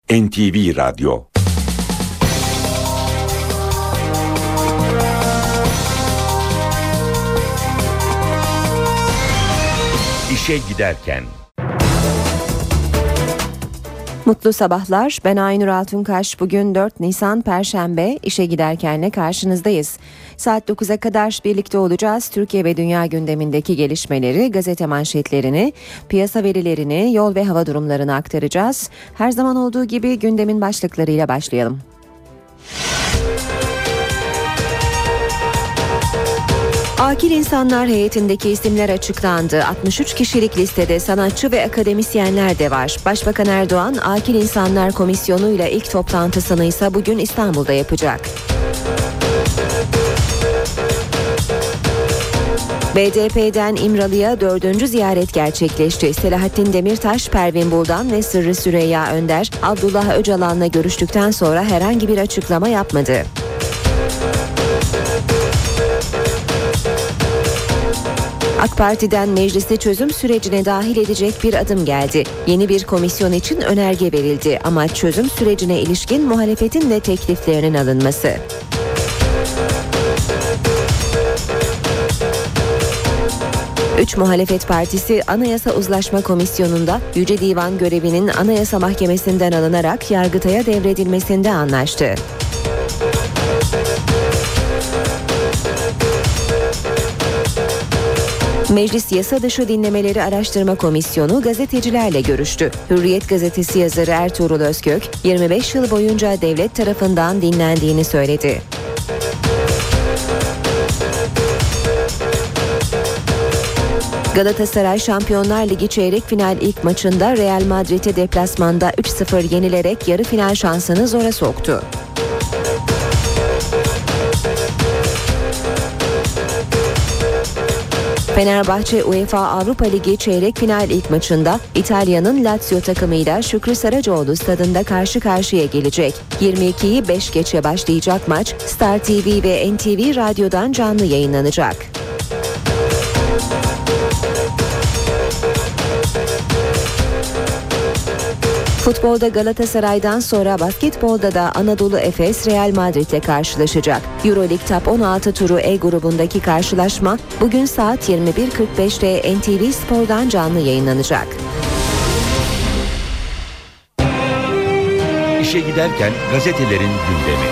NTV Radyo. İşe giderken. Mutlu sabahlar. Ben Aynur Altunkaş. Bugün 4 Nisan Perşembe. İşe giderkenle karşınızdayız. Saat 9'a kadar birlikte olacağız. Türkiye ve dünya gündemindeki gelişmeleri, gazete manşetlerini, piyasa verilerini, yol ve hava durumlarını aktaracağız. Her zaman olduğu gibi gündemin başlıklarıyla başlayalım. Akil İnsanlar heyetindeki isimler açıklandı. 63 kişilik listede sanatçı ve akademisyenler de var. Başbakan Erdoğan, Akil İnsanlar Komisyonu ile ilk toplantısını ise bugün İstanbul'da yapacak. BDP'den İmralı'ya 4. ziyaret gerçekleşti. Selahattin Demirtaş, Pervin Buldan ve Sırrı Süreyya Önder, Abdullah Öcalan'la görüştükten sonra herhangi bir açıklama yapmadı. AK Parti'den mecliste çözüm sürecine dahil edecek bir adım geldi. Yeni bir komisyon için önerge verildi ama çözüm sürecine ilişkin muhalefetin de tekliflerinin alınması. Üç muhalefet partisi Anayasa Uzlaşma Komisyonu'nda Yüce Divan görevinin Anayasa Mahkemesi'nden alınarak Yargıtay'a devredilmesinde anlaştı. Meclis Yasa Dışı Dinlemeleri Araştırma Komisyonu gazetecilerle görüştü. Hürriyet gazetesi yazarı Ertuğrul Özkök, 25 yıl boyunca devlet tarafından dinlendiğini söyledi. Galatasaray Şampiyonlar Ligi çeyrek final ilk maçında Real Madrid'i deplasmanda 3-0 yenilerek yarı final şansını zora soktu. Fenerbahçe UEFA Avrupa Ligi çeyrek final ilk maçında İtalya'nın Lazio takımıyla Şükrü Saracoğlu stadında karşı karşıya gelecek. 22'yi 5 geçe başlayacak maç Star TV ve NTV Radyo'dan canlı yayınlanacak. Futbolda Galatasaray'dan sonra basketbolda da Anadolu Efes Real Madrid'le karşılaşacak. Euroleague Top 16 turu E grubundaki karşılaşma bugün saat 21.45'te NTV Spor'dan canlı yayınlanacak. İşe giderken gazetelerin gündemi.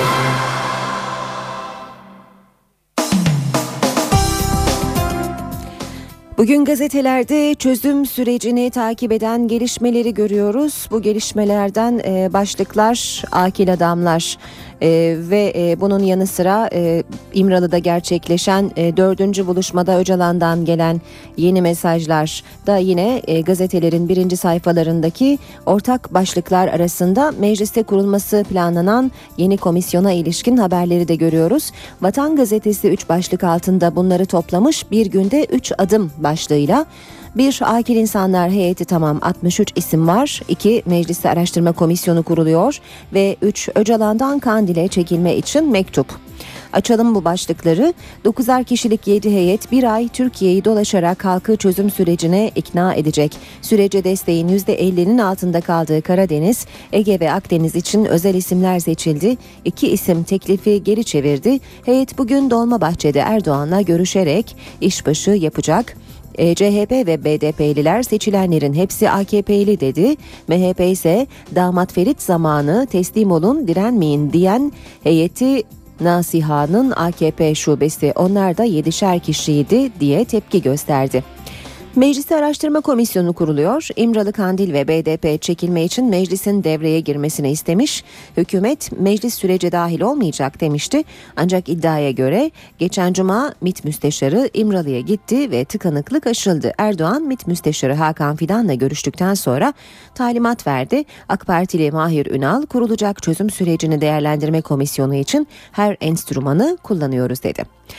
Bugün gazetelerde çözüm sürecini takip eden gelişmeleri görüyoruz. Bu gelişmelerden başlıklar akil adamlar ve bunun yanı sıra İmralı'da gerçekleşen 4. buluşmada Öcalan'dan gelen yeni mesajlar da yine gazetelerin birinci sayfalarındaki ortak başlıklar arasında. Mecliste kurulması planlanan yeni komisyona ilişkin haberleri de görüyoruz. Vatan Gazetesi 3 başlık altında bunları toplamış. Bir günde 3 adım başlığıyla. 1. Akil İnsanlar heyeti tamam, 63 isim var. 2. Mecliste araştırma komisyonu kuruluyor. Ve 3. Öcalan'dan Kandil'e çekilme için mektup. Açalım bu başlıkları. 9'ar kişilik 7 heyet bir ay Türkiye'yi dolaşarak halkı çözüm sürecine ikna edecek. Sürece desteğin %50'nin altında kaldığı Karadeniz, Ege ve Akdeniz için özel isimler seçildi. 2 isim teklifi geri çevirdi. Heyet bugün Dolmabahçe'de Erdoğan'la görüşerek işbaşı yapacak. CHP ve BDP'liler seçilenlerin hepsi AKP'li dedi. MHP ise damat Ferit zamanı teslim olun direnmeyin diyen heyeti Nasiha'nın AKP şubesi, onlar da 7'şer kişiydi diye tepki gösterdi. Mecliste araştırma komisyonu kuruluyor. İmralı, Kandil ve BDP çekilme için meclisin devreye girmesini istemiş. Hükümet meclis sürece dahil olmayacak demişti. Ancak iddiaya göre geçen cuma MİT Müsteşarı İmralı'ya gitti ve tıkanıklık aşıldı. Erdoğan MİT Müsteşarı Hakan Fidan'la görüştükten sonra talimat verdi. AK Partili Mahir Ünal, kurulacak çözüm sürecini değerlendirme komisyonu için her enstrümanı kullanıyoruz dedi.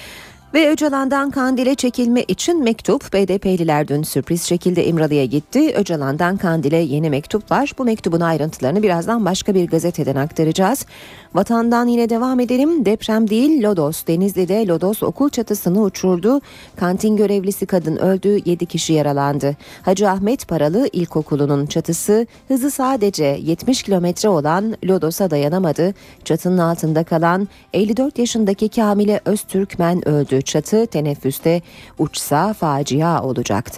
Ve Öcalan'dan Kandil'e çekilme için mektup. BDP'liler dün sürpriz şekilde İmralı'ya gitti. Öcalan'dan Kandil'e yeni mektup var. Bu mektubun ayrıntılarını birazdan başka bir gazeteden aktaracağız. Vatandan yine devam edelim. Deprem değil, Lodos. Denizli'de Lodos okul çatısını uçurdu. Kantin görevlisi kadın öldü, 7 kişi yaralandı. Hacı Ahmet Paralı İlkokulu'nun çatısı hızı sadece 70 kilometre olan Lodos'a dayanamadı. Çatının altında kalan 54 yaşındaki Kamile Öztürkmen öldü. Çatı teneffüste uçsa facia olacaktı.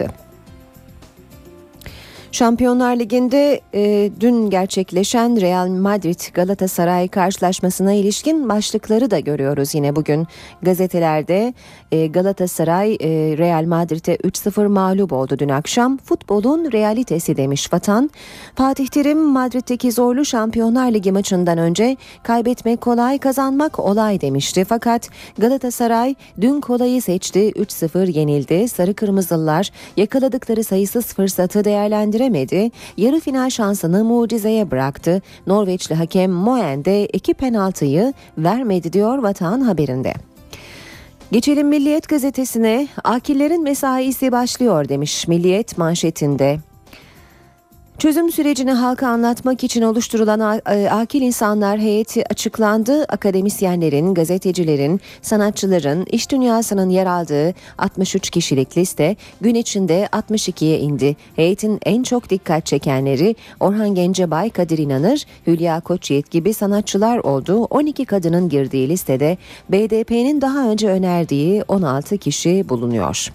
Şampiyonlar Ligi'nde dün gerçekleşen Real Madrid-Galatasaray karşılaşmasına ilişkin başlıkları da görüyoruz yine bugün gazetelerde. Galatasaray Real Madrid'e 3-0 mağlup oldu dün akşam. Futbolun realitesi demiş Vatan. Fatih Terim Madrid'deki zorlu Şampiyonlar Ligi maçından önce kaybetmek kolay, kazanmak olay demişti. Fakat Galatasaray dün kolayı seçti, 3-0 yenildi. Sarı Kırmızılılar yakaladıkları sayısız fırsatı değerlendiremedi. Yarı final şansını mucizeye bıraktı. Norveçli hakem Moen de 2 penaltıyı vermedi diyor Vatan haberinde. Geçelim Milliyet gazetesine. Akillerin mesaisi başlıyor demiş Milliyet manşetinde. Çözüm sürecini halka anlatmak için oluşturulan Akil İnsanlar Heyeti açıklandı. Akademisyenlerin, gazetecilerin, sanatçıların, iş dünyasının yer aldığı 63 kişilik liste gün içinde 62'ye indi. Heyetin en çok dikkat çekenleri Orhan Gencebay, Kadir İnanır, Hülya Koçyiğit gibi sanatçılar oldu. 12 kadının girdiği listede BDP'nin daha önce önerdiği 16 kişi bulunuyor.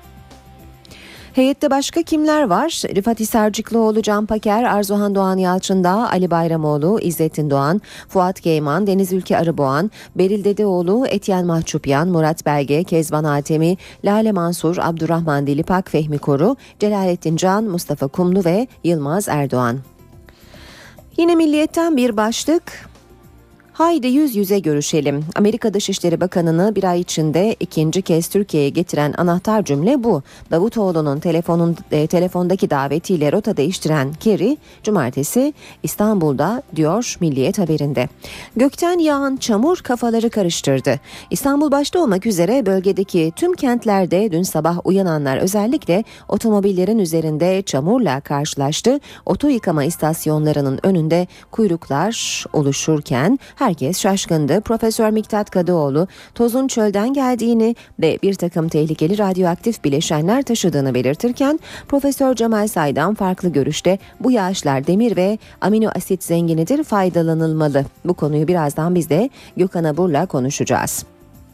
Heyette başka kimler var? Rıfat Hisarcıklıoğlu, Can Paker, Arzuhan Doğan Yalçındağ, Ali Bayramoğlu, İzzettin Doğan, Fuat Geyman, Deniz Ülke Arıboğan, Beril Dedeoğlu, Etyen Mahçupyan, Murat Belge, Kezban Atemi, Lale Mansur, Abdurrahman Dilipak, Fehmi Koru, Celalettin Can, Mustafa Kumlu ve Yılmaz Erdoğan. Yine Milliyet'ten bir başlık. Haydi yüz yüze görüşelim. Amerika Dışişleri Bakanı'nı bir ay içinde ikinci kez Türkiye'ye getiren anahtar cümle bu. Davutoğlu'nun telefondaki davetiyle rota değiştiren Kerry, cumartesi İstanbul'da diyor Milliyet haberinde. Gökten yağan çamur kafaları karıştırdı. İstanbul başta olmak üzere bölgedeki tüm kentlerde dün sabah uyananlar özellikle otomobillerin üzerinde çamurla karşılaştı. Oto yıkama istasyonlarının önünde kuyruklar oluşurken herkes şaşkındı. Profesör Miktat Kadıoğlu tozun çölden geldiğini ve bir takım tehlikeli radyoaktif bileşenler taşıdığını belirtirken Profesör Cemal Saydam farklı görüşte bu yağışlar demir ve amino asit zenginidir, faydalanılmalı. Bu konuyu birazdan biz de Gökhan Abur'la konuşacağız.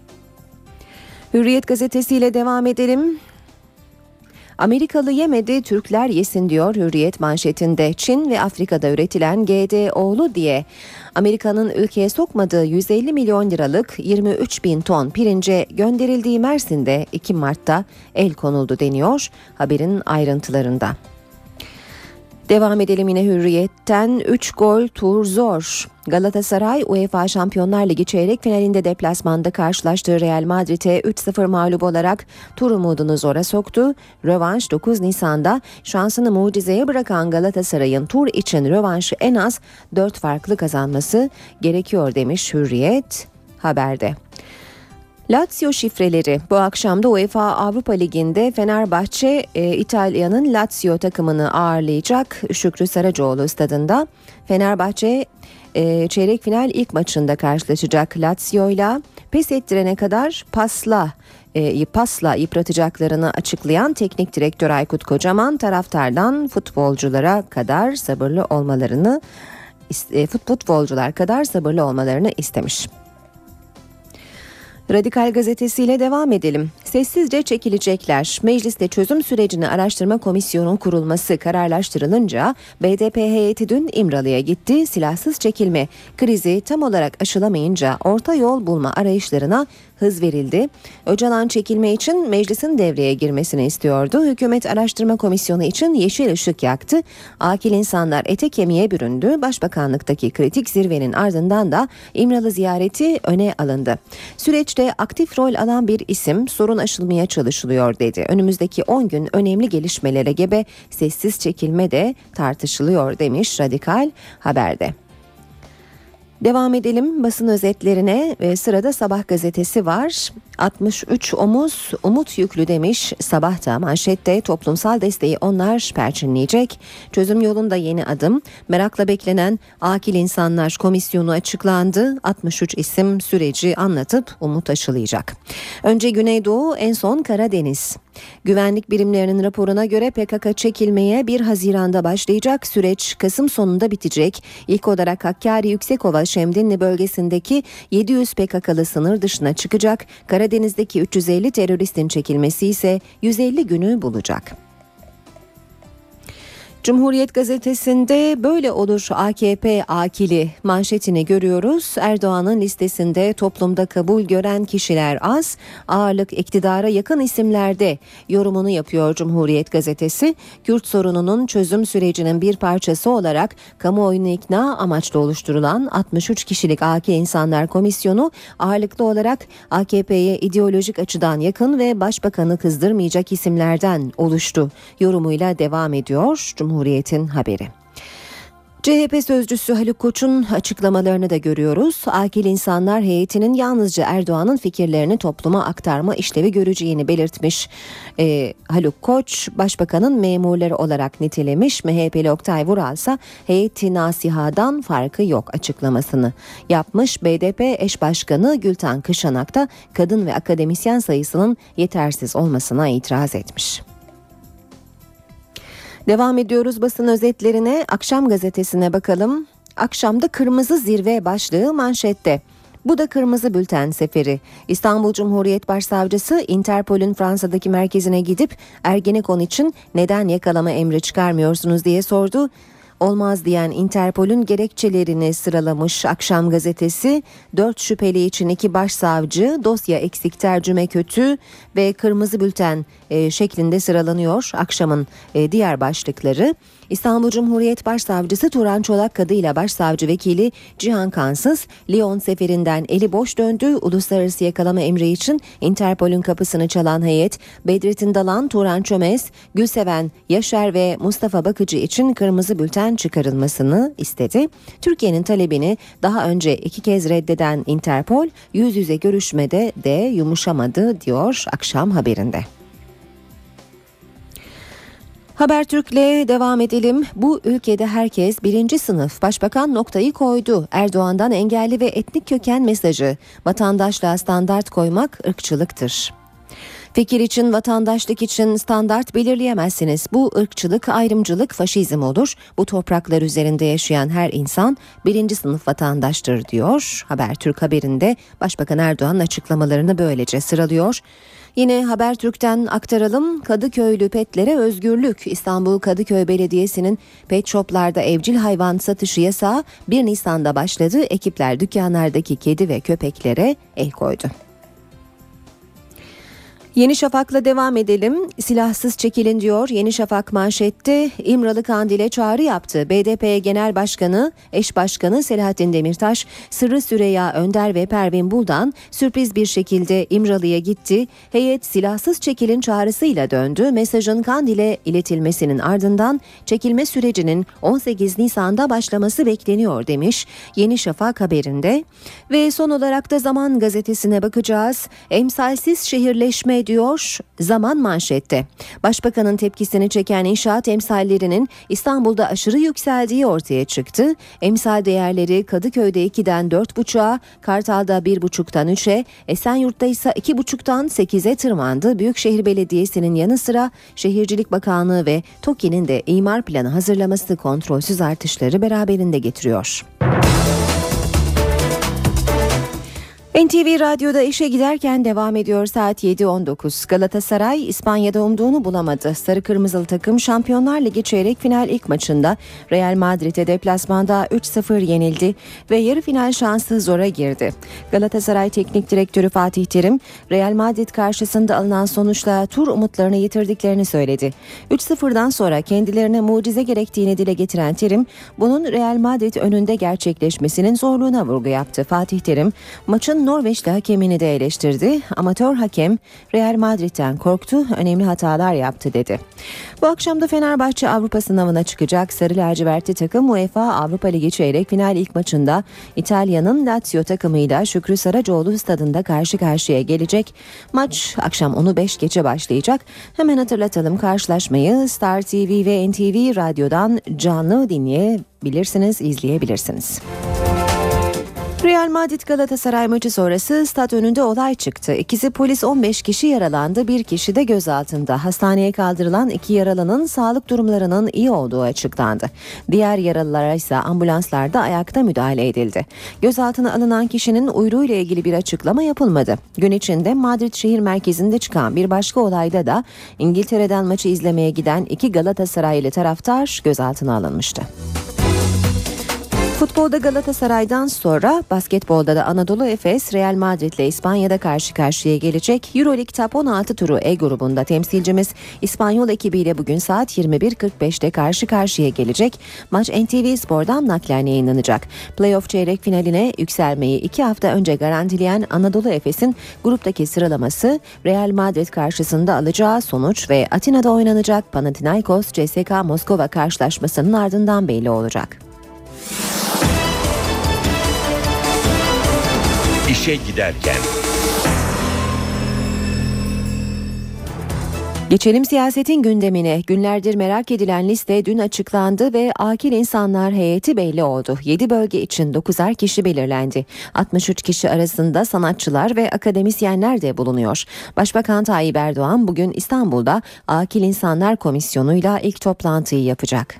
Hürriyet gazetesiyle devam edelim. Amerikalı yemedi, Türkler yesin diyor Hürriyet manşetinde. Çin ve Afrika'da üretilen GDO'lu diye Amerika'nın ülkeye sokmadığı 150 milyon liralık 23 bin ton pirince gönderildiği Mersin'de 2 Mart'ta el konuldu deniyor haberin ayrıntılarında. Devam edelim yine Hürriyet'ten. 3 gol tur zor. Galatasaray UEFA Şampiyonlar Ligi çeyrek finalinde deplasmanda karşılaştığı Real Madrid'e 3-0 mağlup olarak tur umudunu zora soktu. Rövanş 9 Nisan'da şansını mucizeye bırakan Galatasaray'ın tur için rövanşı en az 4 farklı kazanması gerekiyor demiş Hürriyet haberde. Lazio şifreleri bu akşam da UEFA Avrupa Ligi'nde Fenerbahçe İtalya'nın Lazio takımını ağırlayacak Şükrü Saracoğlu stadında. Fenerbahçe çeyrek final ilk maçında karşılaşacak Lazio'yla. Pes ettirene kadar pasla yıpratacaklarını açıklayan teknik direktör Aykut Kocaman taraftardan futbolcular kadar sabırlı olmalarını istemiş. Radikal gazetesiyle devam edelim. Sessizce çekilecekler. Mecliste çözüm sürecini araştırma komisyonu kurulması kararlaştırılınca BDP heyeti dün İmralı'ya gitti. Silahsız çekilme krizi tam olarak aşılamayınca orta yol bulma arayışlarına hız verildi. Öcalan çekilme için meclisin devreye girmesini istiyordu. Hükümet araştırma komisyonu için yeşil ışık yaktı. Akil insanlar ete kemiğe büründü. Başbakanlıktaki kritik zirvenin ardından da İmralı ziyareti öne alındı. Süreçte aktif rol alan bir isim sorun aşılmaya çalışılıyor dedi. Önümüzdeki 10 gün önemli gelişmelere gebe, sessiz çekilme de tartışılıyor demiş Radikal haberde. Devam edelim basın özetlerine. Sırada Sabah gazetesi var. 63 omuz umut yüklü demiş Sabah'ta. Manşette toplumsal desteği onlar perçinleyecek. Çözüm yolunda yeni adım. Merakla beklenen Akil İnsanlar Komisyonu açıklandı. 63 isim süreci anlatıp umut aşılayacak. Önce Güneydoğu, en son Karadeniz. Güvenlik birimlerinin raporuna göre PKK çekilmeye 1 Haziran'da başlayacak. Süreç Kasım sonunda bitecek. İlk olarak Hakkari Yüksekova Şemdinli bölgesindeki 700 PKK'lı sınır dışına çıkacak. Karadeniz'deki 350 teröristin çekilmesi ise 150 günü bulacak. Cumhuriyet gazetesinde böyle olur AKP akili manşetini görüyoruz. Erdoğan'ın listesinde toplumda kabul gören kişiler az, ağırlık iktidara yakın isimlerde yorumunu yapıyor Cumhuriyet gazetesi. Kürt sorununun çözüm sürecinin bir parçası olarak kamuoyunu ikna amaçlı oluşturulan 63 kişilik AK İnsanlar Komisyonu ağırlıklı olarak AKP'ye ideolojik açıdan yakın ve başbakanı kızdırmayacak isimlerden oluştu yorumuyla devam ediyor Cumhuriyet'in haberi. CHP sözcüsü Haluk Koç'un açıklamalarını da görüyoruz. Akil İnsanlar heyetinin yalnızca Erdoğan'ın fikirlerini topluma aktarma işlevi göreceğini belirtmiş. Haluk Koç, Başbakanın memurları olarak nitelemiş. MHP'li Oktay Vural ise heyeti nasihadan farkı yok açıklamasını yapmış. BDP eş başkanı Gülten Kışanak da kadın ve akademisyen sayısının yetersiz olmasına itiraz etmiş. Devam ediyoruz basın özetlerine. Akşam gazetesine bakalım. Akşamda kırmızı zirve başlığı manşette. Bu da kırmızı bülten seferi. İstanbul Cumhuriyet Başsavcısı Interpol'ün Fransa'daki merkezine gidip Ergenekon için neden yakalama emri çıkarmıyorsunuz diye sordu. Olmaz diyen Interpol'ün gerekçelerini sıralamış Akşam gazetesi. 4 şüpheli için 2 başsavcı, dosya eksik, tercüme kötü ve kırmızı bülten şeklinde sıralanıyor Akşam'ın diğer başlıkları. İstanbul Cumhuriyet Başsavcısı Turan Çolak adıyla Başsavcı Vekili Cihan Kansız, Lyon seferinden eli boş döndü. Uluslararası yakalama emri için Interpol'ün kapısını çalan heyet, Bedrettin Dalan, Turan Çömez, Gülseven Yaşar ve Mustafa Bakıcı için kırmızı bülten çıkarılmasını istedi. Türkiye'nin talebini daha önce 2 kez reddeden Interpol, yüz yüze görüşmede de yumuşamadı diyor Akşam haberinde. Habertürk'le devam edelim. Bu ülkede herkes 1. sınıf. Başbakan noktayı koydu. Erdoğan'dan engelli ve etnik köken mesajı. Vatandaşlığa standart koymak ırkçılıktır. Fikir için, vatandaşlık için standart belirleyemezsiniz. Bu ırkçılık, ayrımcılık, faşizm olur. Bu topraklar üzerinde yaşayan her insan 1. sınıf vatandaştır diyor. Habertürk haberinde Başbakan Erdoğan'ın açıklamalarını böylece sıralıyor. Yine Habertürk'ten aktaralım. Kadıköylü petlere özgürlük. İstanbul Kadıköy Belediyesi'nin pet shoplarda evcil hayvan satışı yasağı 1 Nisan'da başladı. Ekipler dükkanlardaki kedi ve köpeklere el koydu. Yeni Şafak'la devam edelim. Silahsız çekilin diyor Yeni Şafak manşette. İmralı Kandil'e çağrı yaptı. BDP Genel Başkanı, eş başkanı Selahattin Demirtaş, Sırrı Süreyya Önder ve Pervin Buldan sürpriz bir şekilde İmralı'ya gitti. Heyet silahsız çekilin çağrısıyla döndü. Mesajın Kandil'e iletilmesinin ardından çekilme sürecinin 18 Nisan'da başlaması bekleniyor demiş Yeni Şafak haberinde. Ve son olarak da Zaman gazetesine bakacağız. Emsalsiz şehirleşme diyor Zaman manşette. Başbakanın tepkisini çeken inşaat emsallerinin İstanbul'da aşırı yükseldiği ortaya çıktı. Emsal değerleri Kadıköy'de 2'den 4,5'a, Kartal'da 1,5'tan 3'e, Esenyurt'ta ise 2,5'tan 8'e tırmandı. Büyükşehir Belediyesi'nin yanı sıra Şehircilik Bakanlığı ve TOKİ'nin de imar planı hazırlaması kontrolsüz artışları beraberinde getiriyor. NTV Radyo'da işe giderken devam ediyor saat 7.19. Galatasaray İspanya'da umduğunu bulamadı. Sarı Kırmızılı takım Şampiyonlar Ligi çeyrek final ilk maçında Real Madrid'e deplasmanda 3-0 yenildi ve yarı final şansı zora girdi. Galatasaray Teknik Direktörü Fatih Terim, Real Madrid karşısında alınan sonuçla tur umutlarını yitirdiklerini söyledi. 3-0'dan sonra kendilerine mucize gerektiğini dile getiren Terim, bunun Real Madrid önünde gerçekleşmesinin zorluğuna vurgu yaptı. Fatih Terim, maçın Norveçli hakemini de eleştirdi. Amatör hakem Real Madrid'den korktu, önemli hatalar yaptı dedi. Bu akşam da Fenerbahçe Avrupa sınavına çıkacak. Sarı lacivertli takım UEFA Avrupa Ligi çeyrek final ilk maçında İtalya'nın Lazio takımıyla Şükrü Saracoğlu stadında karşı karşıya gelecek. Maç akşam 10'u 5 geçe başlayacak. Hemen hatırlatalım, karşılaşmayı Star TV ve NTV Radyo'dan canlı dinleyebilirsiniz, izleyebilirsiniz. Real Madrid Galatasaray maçı sonrası stat önünde olay çıktı. İkisi polis, 15 kişi yaralandı, bir kişi de gözaltında. Hastaneye kaldırılan iki yaralının sağlık durumlarının iyi olduğu açıklandı. Diğer yaralılara ise ambulanslarda ayakta müdahale edildi. Gözaltına alınan kişinin uyruğuyla ilgili bir açıklama yapılmadı. Gün içinde Madrid şehir merkezinde çıkan bir başka olayda da İngiltere'den maçı izlemeye giden iki Galatasaraylı taraftar gözaltına alınmıştı. Futbolda Galatasaray'dan sonra basketbolda da Anadolu Efes Real Madrid ile İspanya'da karşı karşıya gelecek. Euroleague Top 16 turu E grubunda temsilcimiz İspanyol ekibiyle bugün saat 21.45'te karşı karşıya gelecek. Maç NTV Spor'dan naklen yayınlanacak. Playoff çeyrek finaline yükselmeyi 2 hafta önce garantileyen Anadolu Efes'in gruptaki sıralaması Real Madrid karşısında alacağı sonuç ve Atina'da oynanacak Panathinaikos CSKA Moskova karşılaşmasının ardından belli olacak. İşe giderken. Geçelim siyasetin gündemine. Günlerdir merak edilen liste dün açıklandı ve akil insanlar heyeti belli oldu. 7 bölge için 9'ar kişi belirlendi. 63 kişi arasında sanatçılar ve akademisyenler de bulunuyor. Başbakan Tayyip Erdoğan bugün İstanbul'da Akil İnsanlar Komisyonu'yla ilk toplantıyı yapacak.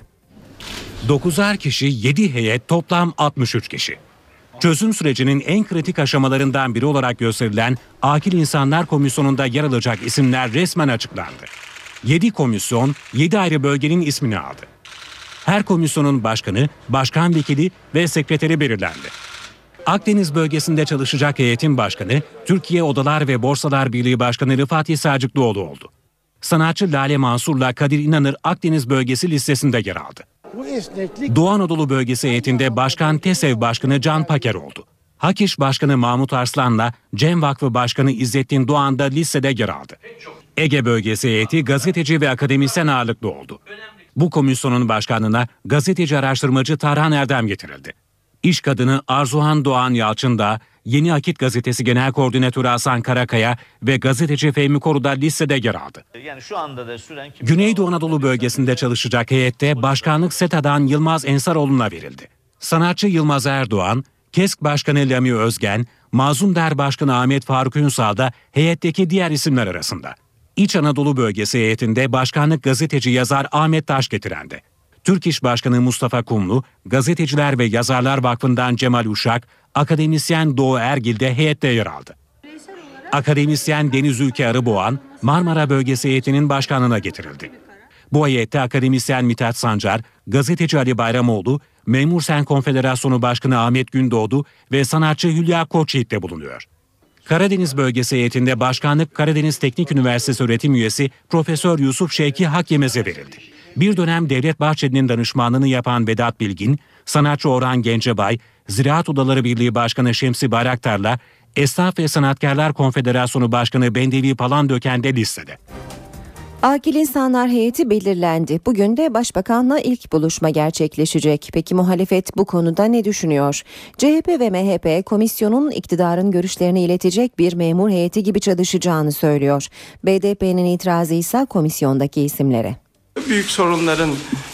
9'ar kişi, 7 heyet, toplam 63 kişi. Çözüm sürecinin en kritik aşamalarından biri olarak gösterilen Akil İnsanlar Komisyonu'nda yer alacak isimler resmen açıklandı. 7 komisyon, 7 ayrı bölgenin ismini aldı. Her komisyonun başkanı, başkan vekili ve sekreteri belirlendi. Akdeniz bölgesinde çalışacak heyetin başkanı, Türkiye Odalar ve Borsalar Birliği Başkanı Rıfat Sacıklıoğlu oldu. Sanatçı Lale Mansur'la Kadir İnanır Akdeniz bölgesi listesinde yer aldı. Doğu Anadolu bölgesi heyetinde Başkan TESEV Başkanı Can Paker oldu. HAKİŞ Başkanı Mahmut Arslan'la Cem Vakfı Başkanı İzzettin Doğan da listede yer aldı. Ege bölgesi heyeti gazeteci ve akademisyen ağırlıklı oldu. Bu komisyonun başkanlığına gazeteci araştırmacı Tarhan Erdem getirildi. İş kadını Arzuhan Doğan Yalçın da, Yeni Akit Gazetesi Genel Koordinatörü Hasan Karakaya ve gazeteci Fehmi Koru da listede yer aldı. Güneydoğu Anadolu bölgesinde çalışacak heyette başkanlık SETA'dan Yılmaz Ensaroğlu'na verildi. Sanatçı Yılmaz Erdoğan, KESK Başkanı Lami Özgen, Mazlum Der Başkanı Ahmet Faruk Ünsal da heyetteki diğer isimler arasında. İç Anadolu bölgesi heyetinde başkanlık gazeteci yazar Ahmet Taş getirendi. Türk İş Başkanı Mustafa Kumlu, Gazeteciler ve Yazarlar Vakfı'ndan Cemal Uşak, akademisyen Doğu Ergil de heyette yer aldı. Akademisyen Deniz Ülke Arıboğan, Marmara Bölgesi heyetinin başkanlığına getirildi. Bu heyette akademisyen Mithat Sancar, gazeteci Ali Bayramoğlu, Memur Sen Konfederasyonu Başkanı Ahmet Gündoğdu ve sanatçı Hülya Koçyiğit de bulunuyor. Karadeniz Bölgesi heyetinde başkanlık Karadeniz Teknik Üniversitesi öğretim üyesi Profesör Yusuf Şevki Hakyemez'e verildi. Bir dönem Devlet Bahçeli'nin danışmanlığını yapan Vedat Bilgin, sanatçı Orhan Gencebay, Ziraat Odaları Birliği Başkanı Şemsi Bayraktar'la Esnaf ve Sanatkarlar Konfederasyonu Başkanı Bendevi Palandöken de listede. Akil İnsanlar heyeti belirlendi. Bugün de Başbakan'la ilk buluşma gerçekleşecek. Peki muhalefet bu konuda ne düşünüyor? CHP ve MHP komisyonun iktidarın görüşlerini iletecek bir memur heyeti gibi çalışacağını söylüyor. BDP'nin itirazı ise komisyondaki isimlere. Büyük sorunların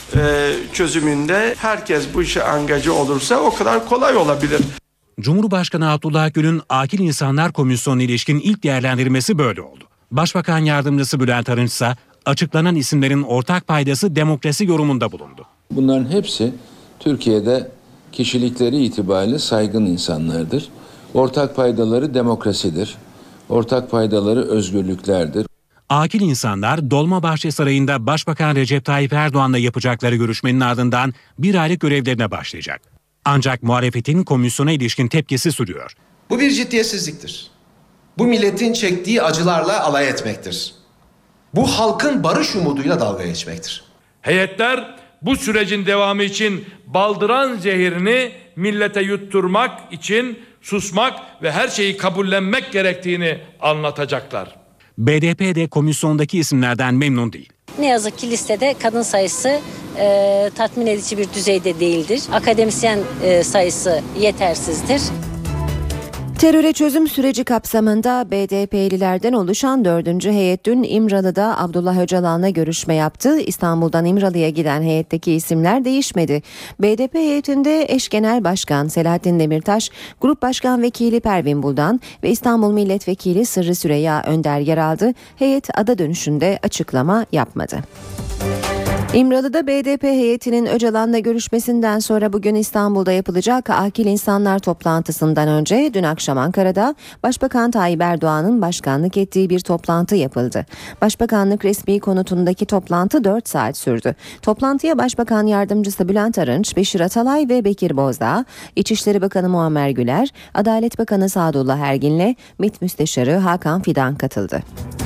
çözümünde herkes bu işe angaje olursa o kadar kolay olabilir. Cumhurbaşkanı Abdullah Gül'ün Akil İnsanlar Komisyonu'na ilişkin ilk değerlendirmesi böyle oldu. Başbakan Yardımcısı Bülent Arınç ise açıklanan isimlerin ortak paydası demokrasi yorumunda bulundu. Bunların hepsi Türkiye'de kişilikleri itibariyle saygın insanlardır. Ortak paydaları demokrasidir. Ortak paydaları özgürlüklerdir. Akil insanlar Dolmabahçe Sarayı'nda Başbakan Recep Tayyip Erdoğan'la yapacakları görüşmenin ardından bir aylık görevlerine başlayacak. Ancak muhalefetin komisyona ilişkin tepkisi sürüyor. Bu bir ciddiyetsizliktir. Bu milletin çektiği acılarla alay etmektir. Bu halkın barış umuduyla dalga geçmektir. Heyetler bu sürecin devamı için baldıran zehirini millete yutturmak için susmak ve her şeyi kabullenmek gerektiğini anlatacaklar. BDP de komisyondaki isimlerden memnun değil. Ne yazık ki listede kadın sayısı tatmin edici bir düzeyde değildir. Akademisyen sayısı yetersizdir. Teröre çözüm süreci kapsamında BDP'lilerden oluşan 4. heyet dün İmralı'da Abdullah Öcalan'la görüşme yaptı. İstanbul'dan İmralı'ya giden heyetteki isimler değişmedi. BDP heyetinde eş genel başkan Selahattin Demirtaş, Grup Başkan Vekili Pervin Buldan ve İstanbul Milletvekili Sırrı Süreyya Önder yer aldı. Heyet ada dönüşünde açıklama yapmadı. İmralı'da BDP heyetinin Öcalan'la görüşmesinden sonra bugün İstanbul'da yapılacak Akil İnsanlar toplantısından önce dün akşam Ankara'da Başbakan Tayyip Erdoğan'ın başkanlık ettiği bir toplantı yapıldı. Başbakanlık resmi konutundaki toplantı 4 saat sürdü. Toplantıya Başbakan Yardımcısı Bülent Arınç, Beşir Atalay ve Bekir Bozdağ, İçişleri Bakanı Muammer Güler, Adalet Bakanı Sadullah Ergin'le MİT Müsteşarı Hakan Fidan katıldı.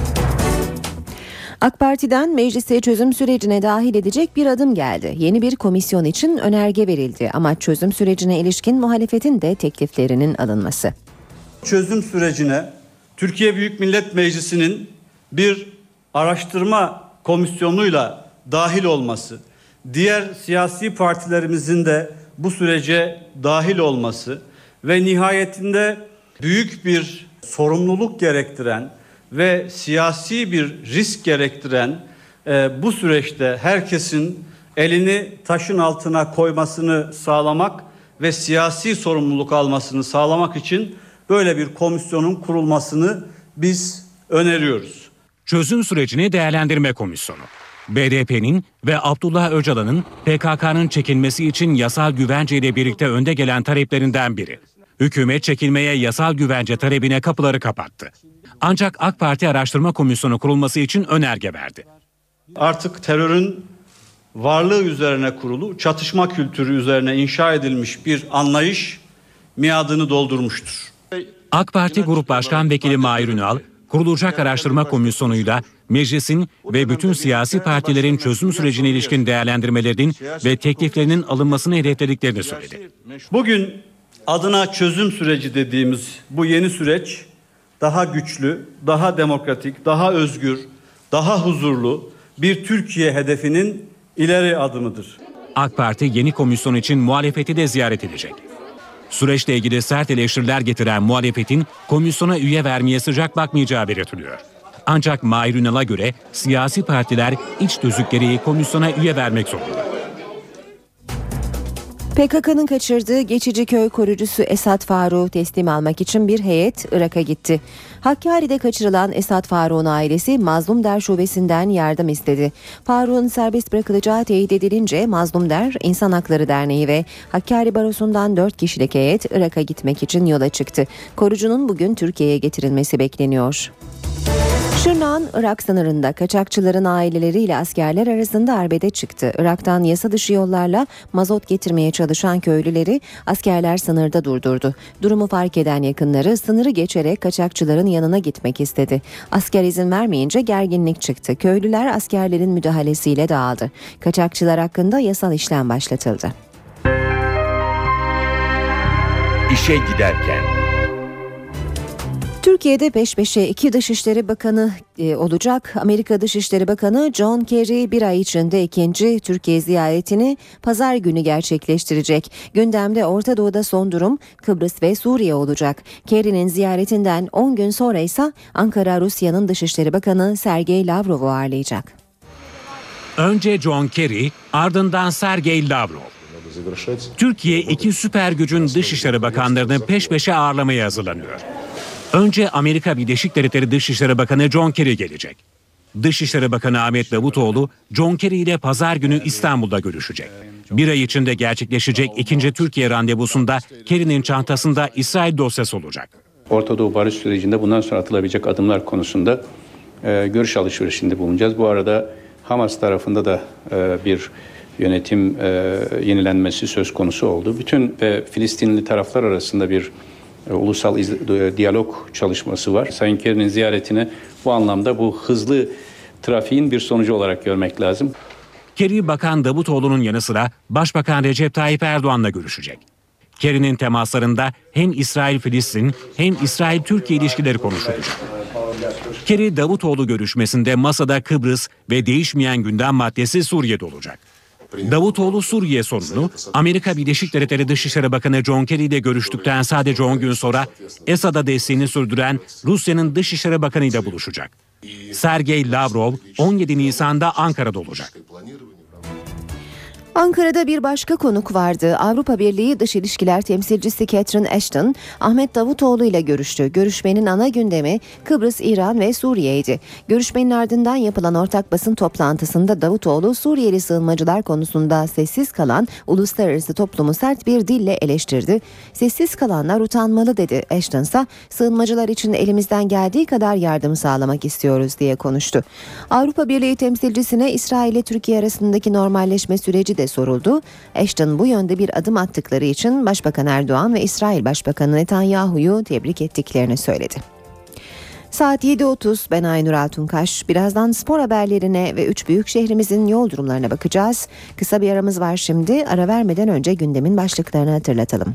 AK Parti'den meclise çözüm sürecine dahil edecek bir adım geldi. Yeni bir komisyon için önerge verildi ama çözüm sürecine ilişkin muhalefetin de tekliflerinin alınması. Çözüm sürecine Türkiye Büyük Millet Meclisi'nin bir araştırma komisyonuyla dahil olması, diğer siyasi partilerimizin de bu sürece dahil olması ve nihayetinde büyük bir sorumluluk gerektiren ve siyasi bir risk gerektiren bu süreçte herkesin elini taşın altına koymasını sağlamak ve siyasi sorumluluk almasını sağlamak için böyle bir komisyonun kurulmasını biz öneriyoruz. Çözüm sürecini değerlendirme komisyonu. BDP'nin ve Abdullah Öcalan'ın PKK'nın çekilmesi için yasal güvence ile birlikte önde gelen taleplerinden biri. Hükümet çekilmeye yasal güvence talebine kapıları kapattı. Ancak AK Parti Araştırma Komisyonu kurulması için önerge verdi. Artık terörün varlığı üzerine kurulu, çatışma kültürü üzerine inşa edilmiş bir anlayış miadını doldurmuştur. AK Parti Grup Başkan Vekili Mahir Ünal, kurulacak araştırma komisyonuyla meclisin ve bütün siyasi partilerin çözüm sürecine ilişkin değerlendirmelerinin ve tekliflerinin alınmasını hedeflediklerini söyledi. Bugün adına çözüm süreci dediğimiz bu yeni süreç daha güçlü, daha demokratik, daha özgür, daha huzurlu bir Türkiye hedefinin ileri adımıdır. AK Parti yeni komisyon için muhalefeti de ziyaret edecek. Süreçle ilgili sert eleştiriler getiren muhalefetin komisyona üye vermeye sıcak bakmayacağı belirtiliyor. Ancak Mahir Ünal'a göre siyasi partiler iç tüzük gereği komisyona üye vermek zorunda. PKK'nın kaçırdığı geçici köy korucusu Esad Faruk'u teslim almak için bir heyet Irak'a gitti. Hakkari'de kaçırılan Esad Faruk'un ailesi Mazlum Der Şubesi'nden yardım istedi. Faruk'un serbest bırakılacağı teyit edilince Mazlum Der, İnsan Hakları Derneği ve Hakkari Barosu'ndan 4 kişilik heyet Irak'a gitmek için yola çıktı. Korucunun bugün Türkiye'ye getirilmesi bekleniyor. Şırnak'ın Irak sınırında kaçakçıların aileleriyle askerler arasında arbede çıktı. Irak'tan yasa dışı yollarla mazot getirmeye çalışan köylüleri askerler sınırda durdurdu. Durumu fark eden yakınları sınırı geçerek kaçakçıların yanına gitmek istedi. Asker izin vermeyince gerginlik çıktı. Köylüler askerlerin müdahalesiyle dağıldı. Kaçakçılar hakkında yasal işlem başlatıldı. İşe giderken. Türkiye'de peş peşe 2 Dışişleri Bakanı olacak. Amerika Dışişleri Bakanı John Kerry bir ay içinde 2. Türkiye ziyaretini pazar günü gerçekleştirecek. Gündemde Orta Doğu'da son durum, Kıbrıs ve Suriye olacak. Kerry'nin ziyaretinden 10 gün sonra ise Ankara Rusya'nın Dışişleri Bakanı Sergey Lavrov'u ağırlayacak. Önce John Kerry, ardından Sergey Lavrov. Türkiye 2 süper gücün Dışişleri Bakanlarını peş peşe ağırlamaya hazırlanıyor. Önce Amerika Birleşik Devletleri Dışişleri Bakanı John Kerry gelecek. Dışişleri Bakanı Ahmet Davutoğlu, John Kerry ile pazar günü İstanbul'da görüşecek. Bir ay içinde gerçekleşecek 2. Türkiye randevusunda Kerry'nin çantasında İsrail dosyası olacak. Orta Doğu barış sürecinde bundan sonra atılabilecek adımlar konusunda görüş alışverişinde bulunacağız. Bu arada Hamas tarafında da bir yönetim yenilenmesi söz konusu oldu. Bütün Filistinli taraflar arasında bir ulusal diyalog çalışması var. Sayın Kerry'nin ziyaretini bu anlamda bu hızlı trafiğin bir sonucu olarak görmek lazım. Kerry, Bakan Davutoğlu'nun yanı sıra Başbakan Recep Tayyip Erdoğan'la görüşecek. Kerry'nin temaslarında hem İsrail-Filistin hem İsrail-Türkiye ilişkileri konuşulacak. Kerry, Davutoğlu görüşmesinde masada Kıbrıs ve değişmeyen gündem maddesi Suriye'de olacak. Davutoğlu Suriye sorununu Amerika Birleşik Devletleri Dışişleri Bakanı John Kerry ile görüştükten sadece 10 gün sonra Esad'a desteğini sürdüren Rusya'nın Dışişleri Bakanı ile buluşacak. Sergey Lavrov 17 Nisan'da Ankara'da olacak. Ankara'da bir başka konuk vardı. Avrupa Birliği Dış İlişkiler Temsilcisi Catherine Ashton, Ahmet Davutoğlu ile görüştü. Görüşmenin ana gündemi Kıbrıs, İran ve Suriye'ydi. Görüşmenin ardından yapılan ortak basın toplantısında Davutoğlu, Suriyeli sığınmacılar konusunda sessiz kalan uluslararası toplumu sert bir dille eleştirdi. Sessiz kalanlar utanmalı dedi. Ashton ise sığınmacılar için elimizden geldiği kadar yardım sağlamak istiyoruz diye konuştu. Avrupa Birliği temsilcisine İsrail ile Türkiye arasındaki normalleşme süreci de soruldu. Ashton bu yönde bir adım attıkları için Başbakan Erdoğan ve İsrail Başbakanı Netanyahu'yu tebrik ettiklerini söyledi. Saat 7.30, ben Aynur Altunkaş. Birazdan spor haberlerine ve 3 büyük şehrimizin yol durumlarına bakacağız. Kısa bir aramız var şimdi. Ara vermeden önce gündemin başlıklarını hatırlatalım.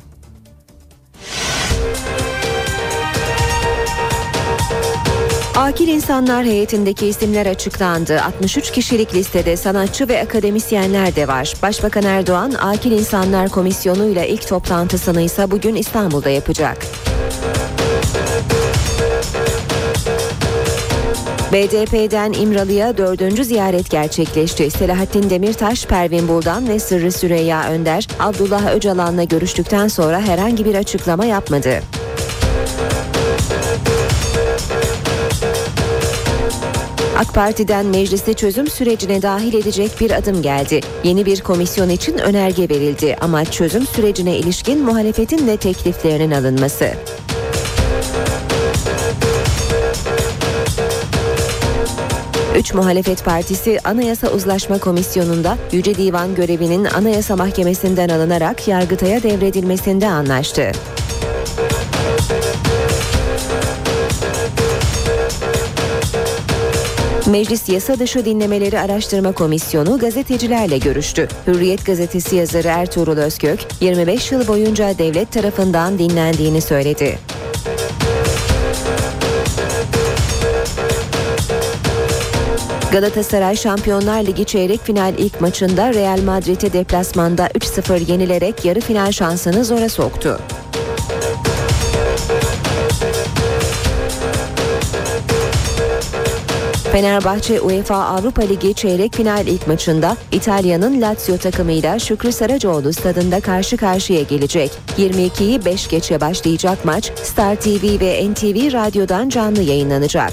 Akil İnsanlar heyetindeki isimler açıklandı. 63 kişilik listede sanatçı ve akademisyenler de var. Başbakan Erdoğan, Akil İnsanlar Komisyonu'yla ilk toplantısını ise bugün İstanbul'da yapacak. BDP'den İmralı'ya 4. ziyaret gerçekleşti. Selahattin Demirtaş, Pervin Buldan ve Sırrı Süreyya Önder, Abdullah Öcalan'la görüştükten sonra herhangi bir açıklama yapmadı. AK Parti'den meclisi çözüm sürecine dahil edecek bir adım geldi. Yeni bir komisyon için önerge verildi ama çözüm sürecine ilişkin muhalefetin de tekliflerinin alınması. Üç muhalefet partisi Anayasa Uzlaşma Komisyonu'nda Yüce Divan görevinin Anayasa Mahkemesi'nden alınarak Yargıtay'a devredilmesinde anlaştı. Meclis Yasa Dışı Dinlemeleri Araştırma Komisyonu gazetecilerle görüştü. Hürriyet gazetesi yazarı Ertuğrul Özkök, 25 yıl boyunca devlet tarafından dinlendiğini söyledi. Galatasaray Şampiyonlar Ligi çeyrek final ilk maçında Real Madrid'i deplasmanda 3-0 yenilerek yarı final şansını zora soktu. Fenerbahçe UEFA Avrupa Ligi çeyrek final ilk maçında İtalya'nın Lazio takımıyla Şükrü Saracoğlu stadında karşı karşıya gelecek. 22'yi 5 geçe başlayacak maç Star TV ve NTV Radyo'dan canlı yayınlanacak.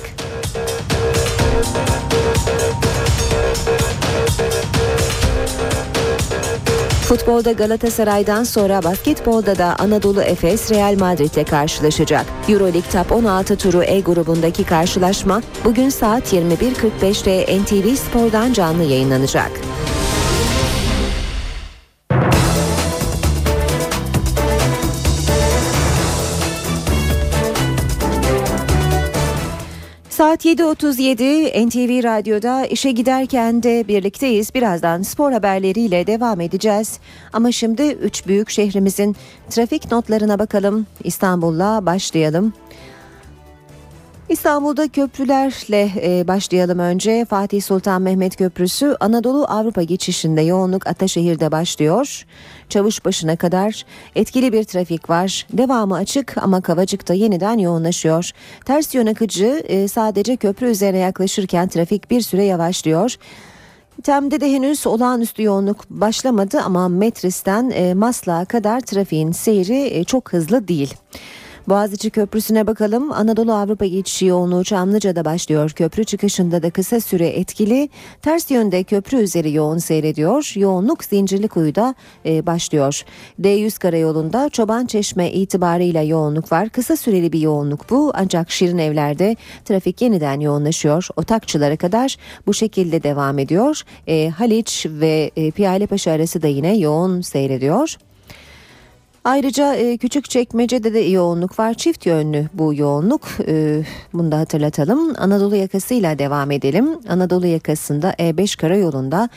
Futbolda Galatasaray'dan sonra basketbolda da Anadolu Efes Real Madrid'le karşılaşacak. Euroleague Top 16 turu E grubundaki karşılaşma bugün saat 21.45'te NTV Spor'dan canlı yayınlanacak. Saat 7.37 NTV Radyo'da işe giderken de birlikteyiz. Birazdan spor haberleriyle devam edeceğiz. Ama şimdi 3 büyük şehrimizin trafik notlarına bakalım. İstanbul'la başlayalım. İstanbul'da köprülerle başlayalım önce. Fatih Sultan Mehmet Köprüsü Anadolu Avrupa geçişinde yoğunluk Ataşehir'de başlıyor. Çavuşbaşı'na kadar etkili bir trafik var. Devamı açık ama Kavacık'ta yeniden yoğunlaşıyor. Ters yön akıcı sadece köprü üzerine yaklaşırken trafik bir süre yavaşlıyor. Tem'de de henüz olağanüstü yoğunluk başlamadı ama Metris'ten Maslak'a kadar trafiğin seyri çok hızlı değil. Boğaziçi Köprüsü'ne bakalım. Anadolu Avrupa geçişi yoğunluğu Çamlıca'da başlıyor. Köprü çıkışında da kısa süre etkili. Ters yönde köprü üzeri yoğun seyrediyor. Yoğunluk Zincirlikuyu'da başlıyor. D100 karayolunda Çobançeşme itibarıyla yoğunluk var. Kısa süreli bir yoğunluk bu. Ancak Şirinevler'de trafik yeniden yoğunlaşıyor. Otakçılara kadar bu şekilde devam ediyor. Haliç ve Piyalepaşa arası da yine yoğun seyrediyor. Ayrıca Küçükçekmece'de de yoğunluk var. Çift yönlü bu yoğunluk. Bunu da hatırlatalım. Anadolu yakasıyla devam edelim. Anadolu yakasında E5 karayolunda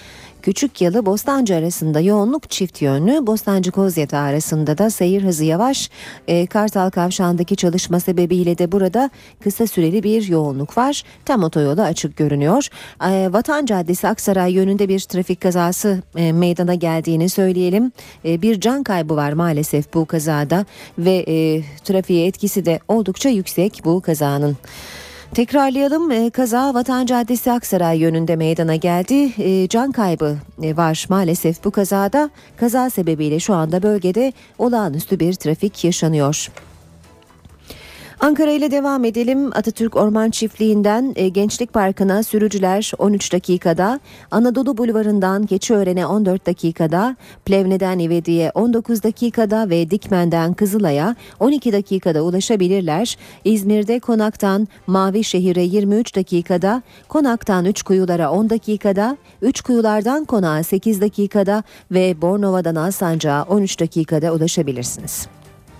Küçükyalı Bostancı arasında yoğunluk çift yönlü. Bostancı Kozyatağı arasında da seyir hızı yavaş. Kartal Kavşağı'ndaki çalışma sebebiyle de burada kısa süreli bir yoğunluk var. Tam otoyolu açık görünüyor. Vatan Caddesi Aksaray yönünde bir trafik kazası meydana geldiğini söyleyelim. Bir can kaybı var maalesef bu kazada ve trafiğe etkisi de oldukça yüksek bu kazanın. Tekrarlayalım, kaza Vatan Caddesi Aksaray yönünde meydana geldi. Can kaybı var maalesef bu kazada. Kaza sebebiyle şu anda bölgede olağanüstü bir trafik yaşanıyor. Ankara ile devam edelim. Atatürk Orman Çiftliği'nden Gençlik Parkı'na sürücüler 13 dakikada, Anadolu Bulvarı'ndan Keçiören'e 14 dakikada, Plevne'den İvedi'ye 19 dakikada ve Dikmen'den Kızılay'a 12 dakikada ulaşabilirler. İzmir'de Konak'tan Mavişehir'e 23 dakikada, Konak'tan Üçkuyular'a 10 dakikada, Üçkuyular'dan Konak'a 8 dakikada ve Bornova'dan Alsancak'a 13 dakikada ulaşabilirsiniz.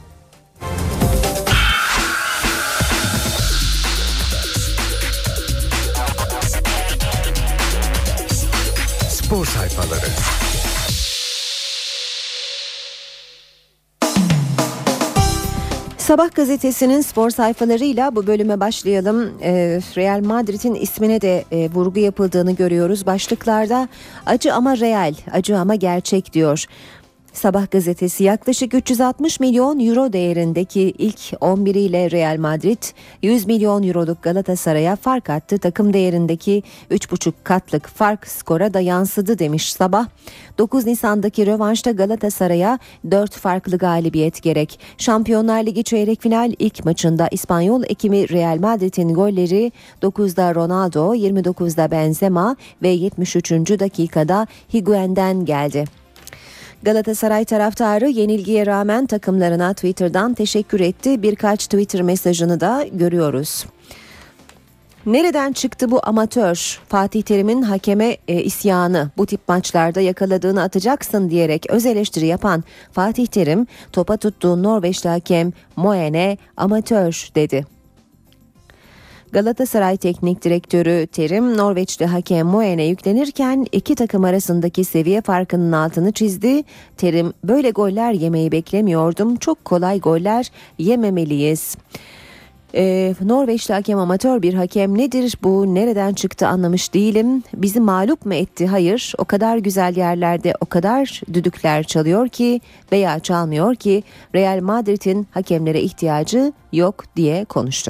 Spor sayfaları. Sabah gazetesinin spor sayfalarıyla bu bölüme başlayalım. Real Madrid'in ismine de vurgu yapıldığını görüyoruz. Başlıklarda acı ama real, acı ama gerçek diyor. Sabah gazetesi yaklaşık 360 milyon euro değerindeki ilk 11 ile Real Madrid 100 milyon euroluk Galatasaray'a fark attı. Takım değerindeki 3,5 katlık fark skora da yansıdı demiş Sabah. 9 Nisan'daki rövanşta Galatasaray'a 4 farklı galibiyet gerek. Şampiyonlar Ligi çeyrek final ilk maçında İspanyol ekimi Real Madrid'in golleri 9'da Ronaldo, 29'da Benzema ve 73. dakikada Higuain'den geldi. Galatasaray taraftarı yenilgiye rağmen takımlarına Twitter'dan teşekkür etti. Birkaç Twitter mesajını da görüyoruz. Nereden çıktı bu amatör? Fatih Terim'in hakeme isyanı, bu tip maçlarda yakaladığını atacaksın diyerek öz eleştiri yapan Fatih Terim, topa tuttuğu Norveçli hakem Moene amatör dedi. Galatasaray Teknik Direktörü Terim, Norveçli hakem Moene yüklenirken iki takım arasındaki seviye farkının altını çizdi. Terim, böyle goller yemeyi beklemiyordum. Çok kolay goller yememeliyiz. Norveçli hakem amatör bir hakem nedir bu, nereden çıktı anlamış değilim. Bizi mağlup mu etti? Hayır. O kadar güzel yerlerde o kadar düdükler çalıyor ki veya çalmıyor ki Real Madrid'in hakemlere ihtiyacı yok diye konuştu.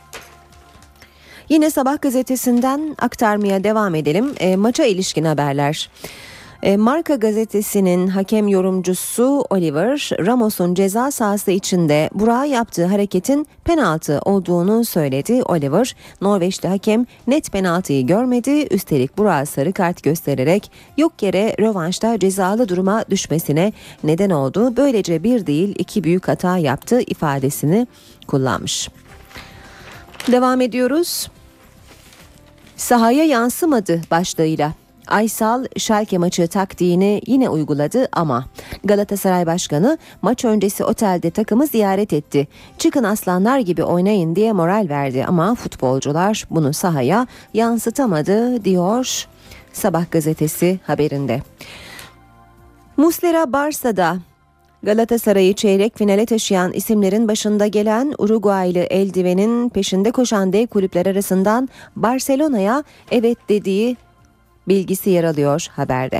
Yine Sabah gazetesinden aktarmaya devam edelim. Maça ilişkin haberler. Marca gazetesinin hakem yorumcusu Oliver, Ramos'un ceza sahası içinde Burak'a yaptığı hareketin penaltı olduğunu söyledi. Oliver, Norveçli hakem net penaltıyı görmedi. Üstelik Burak'a sarı kart göstererek yok yere rövanşta cezalı duruma düşmesine neden oldu. Böylece bir değil iki büyük hata yaptı ifadesini kullanmış. Devam ediyoruz. Sahaya yansımadı başlığıyla. Aysal Schalke maçı taktiğini yine uyguladı ama Galatasaray Başkanı maç öncesi otelde takımı ziyaret etti. Çıkın aslanlar gibi oynayın diye moral verdi ama futbolcular bunu sahaya yansıtamadı diyor Sabah gazetesi haberinde. Muslera Barça'da. Galatasaray'ı çeyrek finale taşıyan isimlerin başında gelen Uruguaylı eldivenin peşinde koşan dev kulüpler arasından Barcelona'ya evet dediği bilgisi yer alıyor haberde.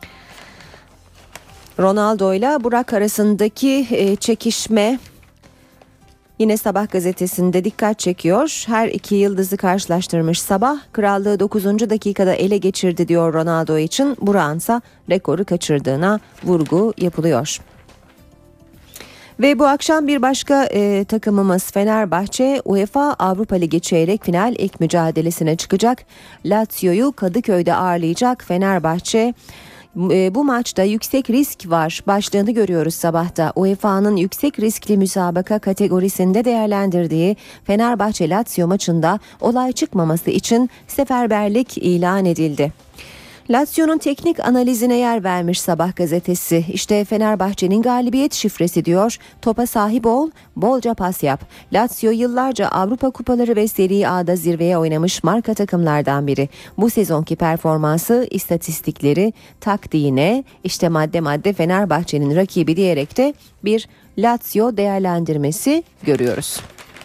Ronaldo ile Burak arasındaki çekişme yine Sabah gazetesinde dikkat çekiyor. Her iki yıldızı karşılaştırmış Sabah. Krallığı 9. dakikada ele geçirdi diyor Ronaldo için. Burak'ınsa rekoru kaçırdığına vurgu yapılıyor. Ve bu akşam bir başka takımımız Fenerbahçe UEFA Avrupa Ligi çeyrek final ilk mücadelesine çıkacak. Lazio'yu Kadıköy'de ağırlayacak Fenerbahçe. Bu maçta yüksek risk var başlığını görüyoruz Sabah'ta. UEFA'nın yüksek riskli müsabaka kategorisinde değerlendirdiği Fenerbahçe Lazio maçında olay çıkmaması için seferberlik ilan edildi. Lazio'nun teknik analizine yer vermiş Sabah gazetesi. İşte Fenerbahçe'nin galibiyet şifresi diyor. Topa sahip ol, bolca pas yap. Lazio yıllarca Avrupa Kupaları ve Serie A'da zirveye oynamış marka takımlardan biri. Bu sezonki performansı, istatistikleri, taktiğine, işte madde madde Fenerbahçe'nin rakibi diyerek de bir Lazio değerlendirmesi görüyoruz.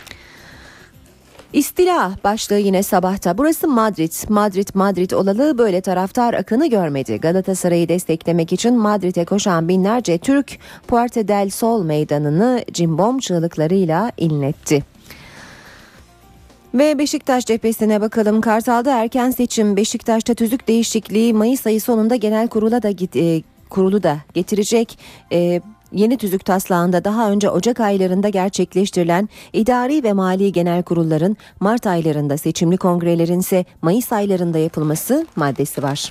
İstila başlığı yine Sabah'ta. Burası Madrid olalı böyle taraftar akını görmedi. Galatasaray'ı desteklemek için Madrid'e koşan binlerce Türk Puerta del Sol meydanını cimbom çığlıklarıyla inletti. Ve Beşiktaş cephesine bakalım. Kartal'da erken seçim, Beşiktaş'ta tüzük değişikliği Mayıs ayı sonunda genel kurulu da getirecek. Yeni tüzük taslağında daha önce Ocak aylarında gerçekleştirilen idari ve mali genel kurulların Mart aylarında, seçimli kongrelerin ise Mayıs aylarında yapılması maddesi var.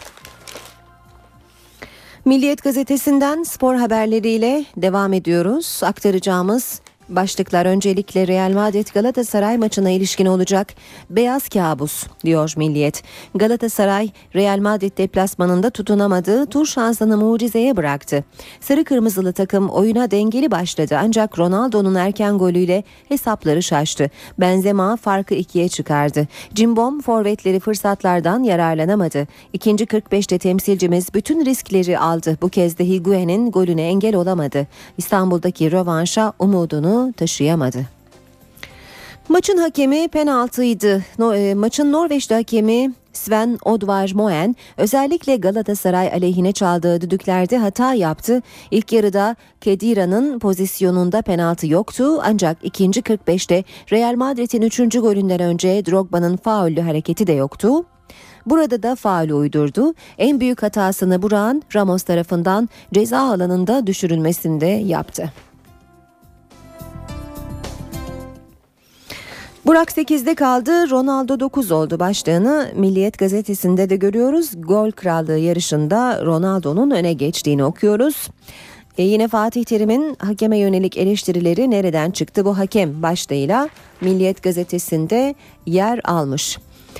Milliyet gazetesinden spor haberleriyle devam ediyoruz. Aktaracağımız başlıklar öncelikle Real Madrid Galatasaray maçına ilişkin olacak. Beyaz kabus diyor Milliyet. Galatasaray Real Madrid deplasmanında tutunamadığı tur şansını mucizeye bıraktı. Sarı kırmızılı takım oyuna dengeli başladı ancak Ronaldo'nun erken golüyle hesapları şaştı. Benzema farkı 2'ye çıkardı. Cimbom forvetleri fırsatlardan yararlanamadı. İkinci 45'te temsilcimiz bütün riskleri aldı. Bu kez de Higuain'in golüne engel olamadı. İstanbul'daki rövanşa umudunu taşıyamadı. Maçın hakemi penaltıydı. Maçın Norveçli hakemi Sven Odvar Moen özellikle Galatasaray aleyhine çaldığı düdüklerde hata yaptı. İlk yarıda Kedira'nın pozisyonunda penaltı yoktu ancak ikinci 45'te Real Madrid'in 3. golünden önce Drogba'nın faullü hareketi de yoktu. Burada da faulü uydurdu. En büyük hatasını Burak'ın Ramos tarafından ceza alanında düşürülmesinde yaptı. Burak 8'de kaldı, Ronaldo 9 oldu başlığını Milliyet gazetesinde de görüyoruz. Gol krallığı yarışında Ronaldo'nun öne geçtiğini okuyoruz. Yine Fatih Terim'in hakeme yönelik eleştirileri nereden çıktı bu hakem başlığıyla Milliyet gazetesinde yer almış.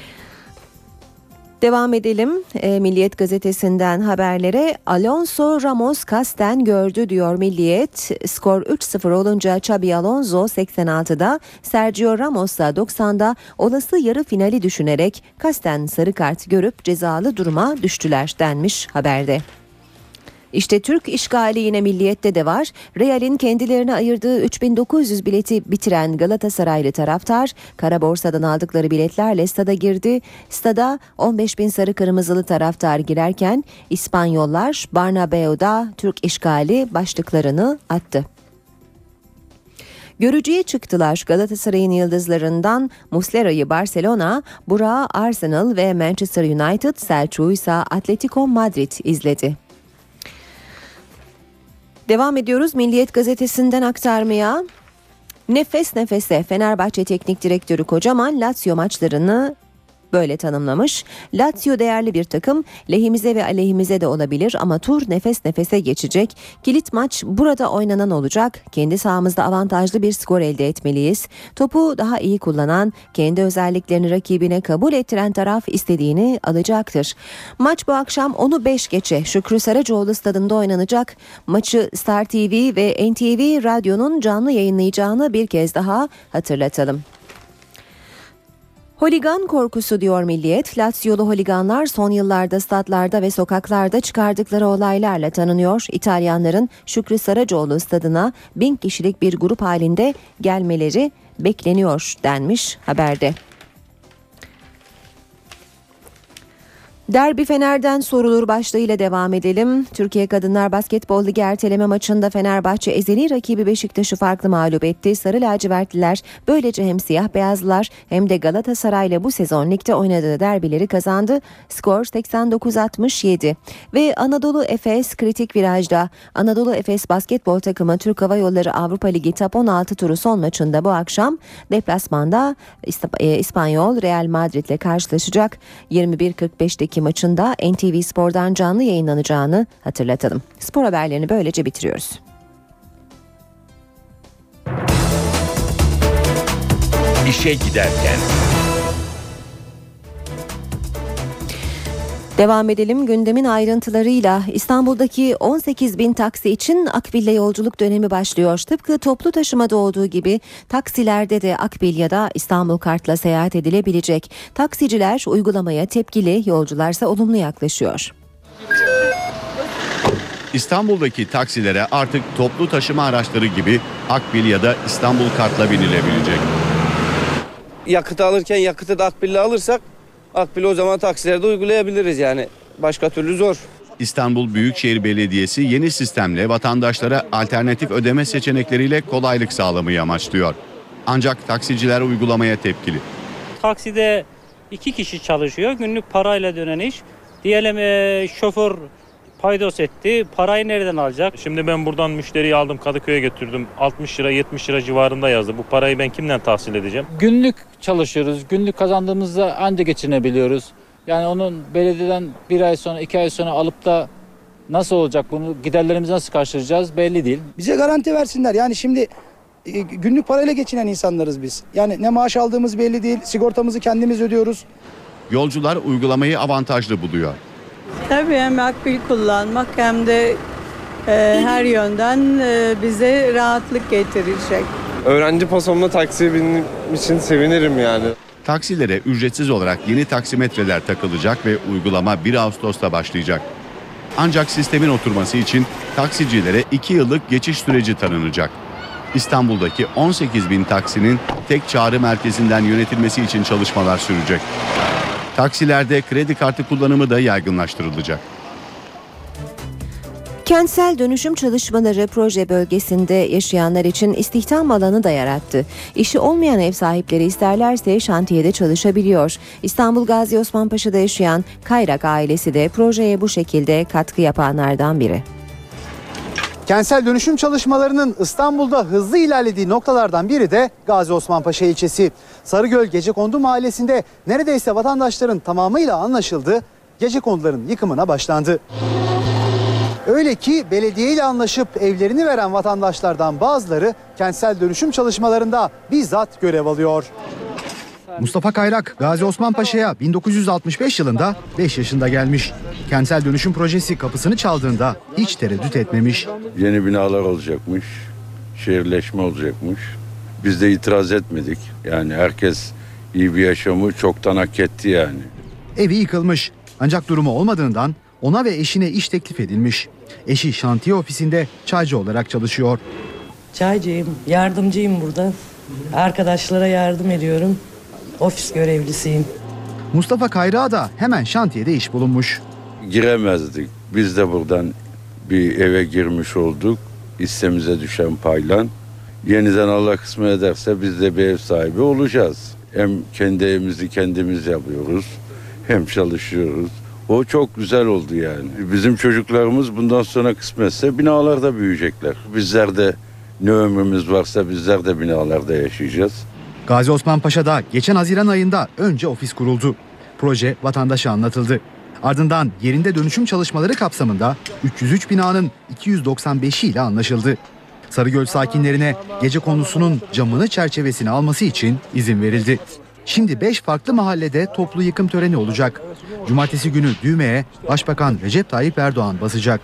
Devam edelim Milliyet gazetesinden haberlere. Alonso Ramos kasten gördü diyor Milliyet. Skor 3-0 olunca Xabi Alonso 86'da, Sergio Ramos da 90'da olası yarı finali düşünerek kasten sarı kart görüp cezalı duruma düştüler denmiş haberde. İşte Türk işgali yine Milliyet'te de var. Real'in kendilerine ayırdığı 3900 bileti bitiren Galatasaraylı taraftar kara borsadan aldıkları biletlerle stada girdi. Stada 15.000 sarı kırmızılı taraftar girerken İspanyollar Bernabéu'da Türk işgali başlıklarını attı. Görücüye çıktılar. Galatasaray'ın yıldızlarından Muslera'yı Barcelona, Burak'ı Arsenal ve Manchester United, Selçuk'u ise Atletico Madrid izledi. Devam ediyoruz Milliyet gazetesinden aktarmaya. Nefes nefese Fenerbahçe Teknik Direktörü Kocaman Lazio maçlarını böyle tanımlamış. Lazio değerli bir takım, lehimize ve aleyhimize de olabilir ama tur nefes nefese geçecek. Kilit maç burada oynanan olacak. Kendi sahamızda avantajlı bir skor elde etmeliyiz. Topu daha iyi kullanan, kendi özelliklerini rakibine kabul ettiren taraf istediğini alacaktır. Maç bu akşam 10'u 5 geçe Şükrü Saracoğlu stadında oynanacak. Maçı Star TV ve NTV Radyo'nun canlı yayınlayacağını bir kez daha hatırlatalım. Holigan korkusu diyor Milliyet. Laziolu holiganlar son yıllarda stadlarda ve sokaklarda çıkardıkları olaylarla tanınıyor. İtalyanların Şükrü Saracoğlu stadına 1000 kişilik bir grup halinde gelmeleri bekleniyor denmiş haberde. Derbi Fener'den sorulur başlığıyla devam edelim. Türkiye Kadınlar Basketbol Ligi erteleme maçında Fenerbahçe ezeli rakibi Beşiktaş'ı farklı mağlup etti. Sarı lacivertliler böylece hem siyah beyazlılar hem de Galatasaray'la bu sezon ligde oynadığı derbileri kazandı. Skor 89-67 ve Anadolu Efes kritik virajda. Anadolu Efes basketbol takımı Türk Hava Yolları Avrupa Ligi Top 16 turu son maçında bu akşam deplasmanda İspanyol Real Madrid'le karşılaşacak. 21.45'teki maçında NTV Spor'dan canlı yayınlanacağını hatırlatalım. Spor haberlerini böylece bitiriyoruz. İşe giderken. Devam edelim gündemin ayrıntılarıyla. İstanbul'daki 18.000 taksi için Akbil'le yolculuk dönemi başlıyor. Tıpkı toplu taşımada olduğu gibi taksilerde de Akbil ya da İstanbul Kart'la seyahat edilebilecek. Taksiciler uygulamaya tepkili, yolcularsa olumlu yaklaşıyor. İstanbul'daki taksilere artık toplu taşıma araçları gibi Akbil ya da İstanbul Kart'la binilebilecek. Yakıtı alırken yakıtı da Akbil'le alırsak Akbil'i o zaman taksilerde uygulayabiliriz yani. Başka türlü zor. İstanbul Büyükşehir Belediyesi yeni sistemle vatandaşlara alternatif ödeme seçenekleriyle kolaylık sağlamayı amaçlıyor. Ancak taksiciler uygulamaya tepkili. Takside 2 kişi çalışıyor. Günlük parayla dönen iş. Diyelim şoför paydos etti. Parayı nereden alacak? Şimdi ben buradan müşteriyi aldım, Kadıköy'e götürdüm. 60 lira 70 lira civarında yazdı. Bu parayı ben kimden tahsil edeceğim? Günlük çalışıyoruz. Günlük kazandığımızda anca geçinebiliyoruz. Yani onun belediyeden 1 ay sonra 2 ay sonra alıp da nasıl olacak, bunu giderlerimizi nasıl karşılayacağız belli değil. Bize garanti versinler. Yani şimdi günlük parayla geçinen insanlarız biz. Yani ne maaş aldığımız belli değil. Sigortamızı kendimiz ödüyoruz. Yolcular uygulamayı avantajlı buluyor. Tabii hem Akbil kullanmak hem de her yönden bize rahatlık getirecek. Öğrenci pasomla taksiye bindiğim için sevinirim yani. Taksilere ücretsiz olarak yeni taksimetreler takılacak ve uygulama 1 Ağustos'ta başlayacak. Ancak sistemin oturması için taksicilere 2 yıllık geçiş süreci tanınacak. İstanbul'daki 18.000 taksinin tek çağrı merkezinden yönetilmesi için çalışmalar sürecek. Taksilerde kredi kartı kullanımı da yaygınlaştırılacak. Kentsel dönüşüm çalışmaları proje bölgesinde yaşayanlar için istihdam alanı da yarattı. İşi olmayan ev sahipleri isterlerse şantiyede çalışabiliyor. İstanbul Gazi Osman Paşa'da yaşayan Kayrak ailesi de projeye bu şekilde katkı yapanlardan biri. Kentsel dönüşüm çalışmalarının İstanbul'da hızlı ilerlediği noktalardan biri de Gazi Osman Paşa ilçesi. Sarıgöl Gecekondu mahallesinde neredeyse vatandaşların tamamıyla anlaşıldı, gecekonduların yıkımına başlandı. Öyle ki belediye ile anlaşıp evlerini veren vatandaşlardan bazıları kentsel dönüşüm çalışmalarında bizzat görev alıyor. Mustafa Kayrak, Gazi Osman Paşa'ya 1965 yılında 5 yaşında gelmiş. Kentsel dönüşüm projesi kapısını çaldığında hiç tereddüt etmemiş. Yeni binalar olacakmış, şehirleşme olacakmış. Biz de itiraz etmedik. Yani herkes iyi bir yaşamı çoktan hak etti yani. Evi yıkılmış ancak durumu olmadığından ona ve eşine iş teklif edilmiş. Eşi şantiye ofisinde çaycı olarak çalışıyor. Çaycıyım, yardımcıyım burada. Arkadaşlara yardım ediyorum. Ofis görevlisiyim. Mustafa Kayrak'a da hemen şantiyede iş bulunmuş. Giremezdik. Biz de buradan bir eve girmiş olduk. Hissemize düşen payla. Yeniden Allah kısmet ederse biz de bir ev sahibi olacağız. Hem kendi evimizi kendimiz yapıyoruz, hem çalışıyoruz. O çok güzel oldu yani. Bizim çocuklarımız bundan sonra kısmetse binalarda büyüyecekler. Bizler de ne ömrümüz varsa bizler de binalarda yaşayacağız. Gazi Osman Paşa'da geçen Haziran ayında önce ofis kuruldu. Proje vatandaşa anlatıldı. Ardından yerinde dönüşüm çalışmaları kapsamında 303 binanın 295'i ile anlaşıldı. Sarıgöl sakinlerine gecekondusunun camını çerçevesini alması için izin verildi. Şimdi 5 farklı mahallede toplu yıkım töreni olacak. Cumartesi günü düğmeye Başbakan Recep Tayyip Erdoğan basacak.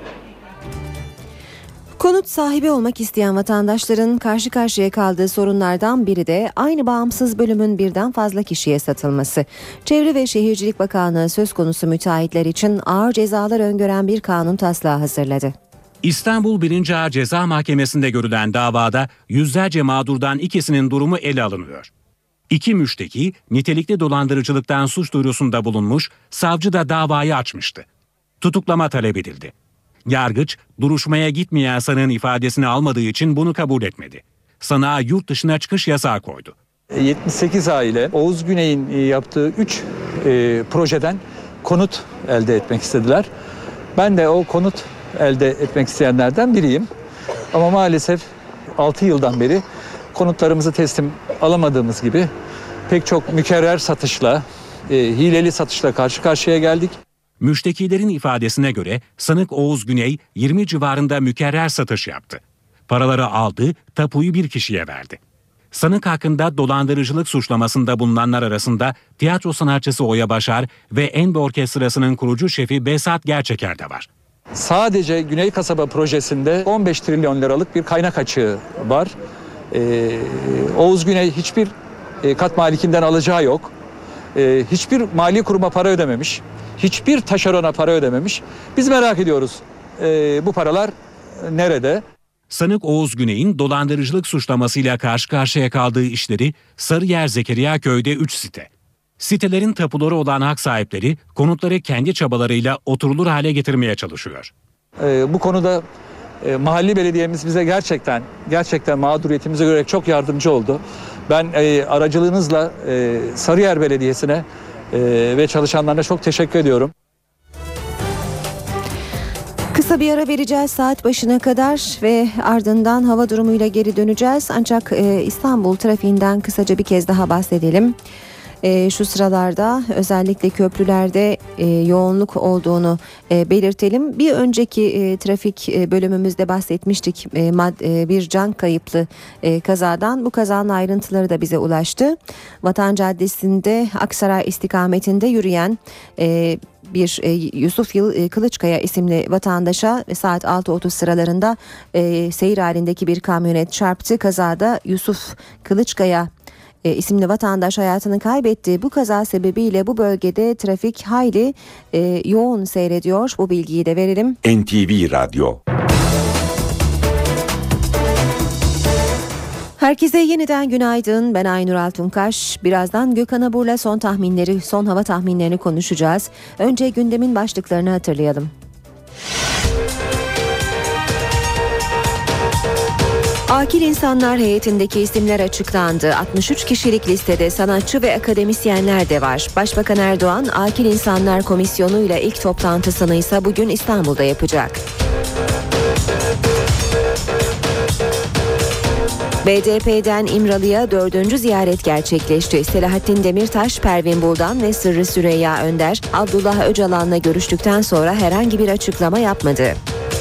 Konut sahibi olmak isteyen vatandaşların karşı karşıya kaldığı sorunlardan biri de aynı bağımsız bölümün birden fazla kişiye satılması. Çevre ve Şehircilik Bakanlığı söz konusu müteahhitler için ağır cezalar öngören bir kanun taslağı hazırladı. İstanbul 1. Ağır Ceza Mahkemesi'nde görülen davada yüzlerce mağdurdan ikisinin durumu ele alınıyor. 2 müşteki nitelikli dolandırıcılıktan suç duyurusunda bulunmuş, savcı da davayı açmıştı. Tutuklama talep edildi. Yargıç, duruşmaya gitmeyen sanığın ifadesini almadığı için bunu kabul etmedi. Sanığa yurt dışına çıkış yasağı koydu. 78 aile Oğuz Güney'in yaptığı 3 projeden konut elde etmek istediler. Ben de o konut elde etmek isteyenlerden biriyim. Ama maalesef 6 yıldan beri konutlarımızı teslim alamadığımız gibi pek çok mükerrer satışla, hileli satışla karşı karşıya geldik. Müştekilerin ifadesine göre sanık Oğuz Güney 20 civarında mükerrer satış yaptı. Paraları aldı, tapuyu bir kişiye verdi. Sanık hakkında dolandırıcılık suçlamasında bulunanlar arasında tiyatro sanatçısı Oya Başar ve Enbe Orkestrası'nın kurucu şefi Behzat Gerçeker de var. Sadece Güney Kasaba projesinde 15 trilyon liralık bir kaynak açığı var. Oğuz Güney hiçbir kat malikinden alacağı yok. Hiçbir mali kuruma para ödememiş. Hiçbir taşerona para ödememiş. Biz merak ediyoruz bu paralar nerede? Sanık Oğuz Güney'in dolandırıcılık suçlamasıyla karşı karşıya kaldığı işleri Sarıyer Zekeriyaköy'de 3 site. Sitelerin tapuları olan hak sahipleri konutları kendi çabalarıyla oturulur hale getirmeye çalışıyor. Bu konuda mahalli belediyemiz bize gerçekten mağduriyetimize göre çok yardımcı oldu. Ben aracılığınızla Sarıyer Belediyesi'ne ve çalışanlarına çok teşekkür ediyorum. Kısa bir ara vereceğiz saat başına kadar ve ardından hava durumuyla geri döneceğiz. Ancak İstanbul trafiğinden kısaca bir kez daha bahsedelim. Şu sıralarda özellikle köprülerde yoğunluk olduğunu belirtelim. Bir önceki trafik bölümümüzde bahsetmiştik bir can kayıplı kazadan. Bu kazanın ayrıntıları da bize ulaştı. Vatan Caddesi'nde Aksaray istikametinde yürüyen bir Yusuf Kılıçkaya isimli vatandaşa saat 6.30 sıralarında seyir halindeki bir kamyonet çarptı. Kazada Yusuf Kılıçkaya isimli vatandaş hayatını kaybetti. Bu kaza sebebiyle bu bölgede trafik hayli yoğun seyrediyor. Bu bilgiyi de verelim. NTV Radyo. Herkese yeniden günaydın. Ben Aynur Altunkaş. Birazdan Gökhan Abur'la son hava tahminlerini konuşacağız. Önce gündemin başlıklarını hatırlayalım. Akil İnsanlar heyetindeki isimler açıklandı. 63 kişilik listede sanatçı ve akademisyenler de var. Başbakan Erdoğan, Akil İnsanlar Komisyonu ile ilk toplantısını ise bugün İstanbul'da yapacak. BDP'den İmralı'ya 4. ziyaret gerçekleşti. Selahattin Demirtaş, Pervin Buldan ve Sırrı Süreyya Önder, Abdullah Öcalan'la görüştükten sonra herhangi bir açıklama yapmadı.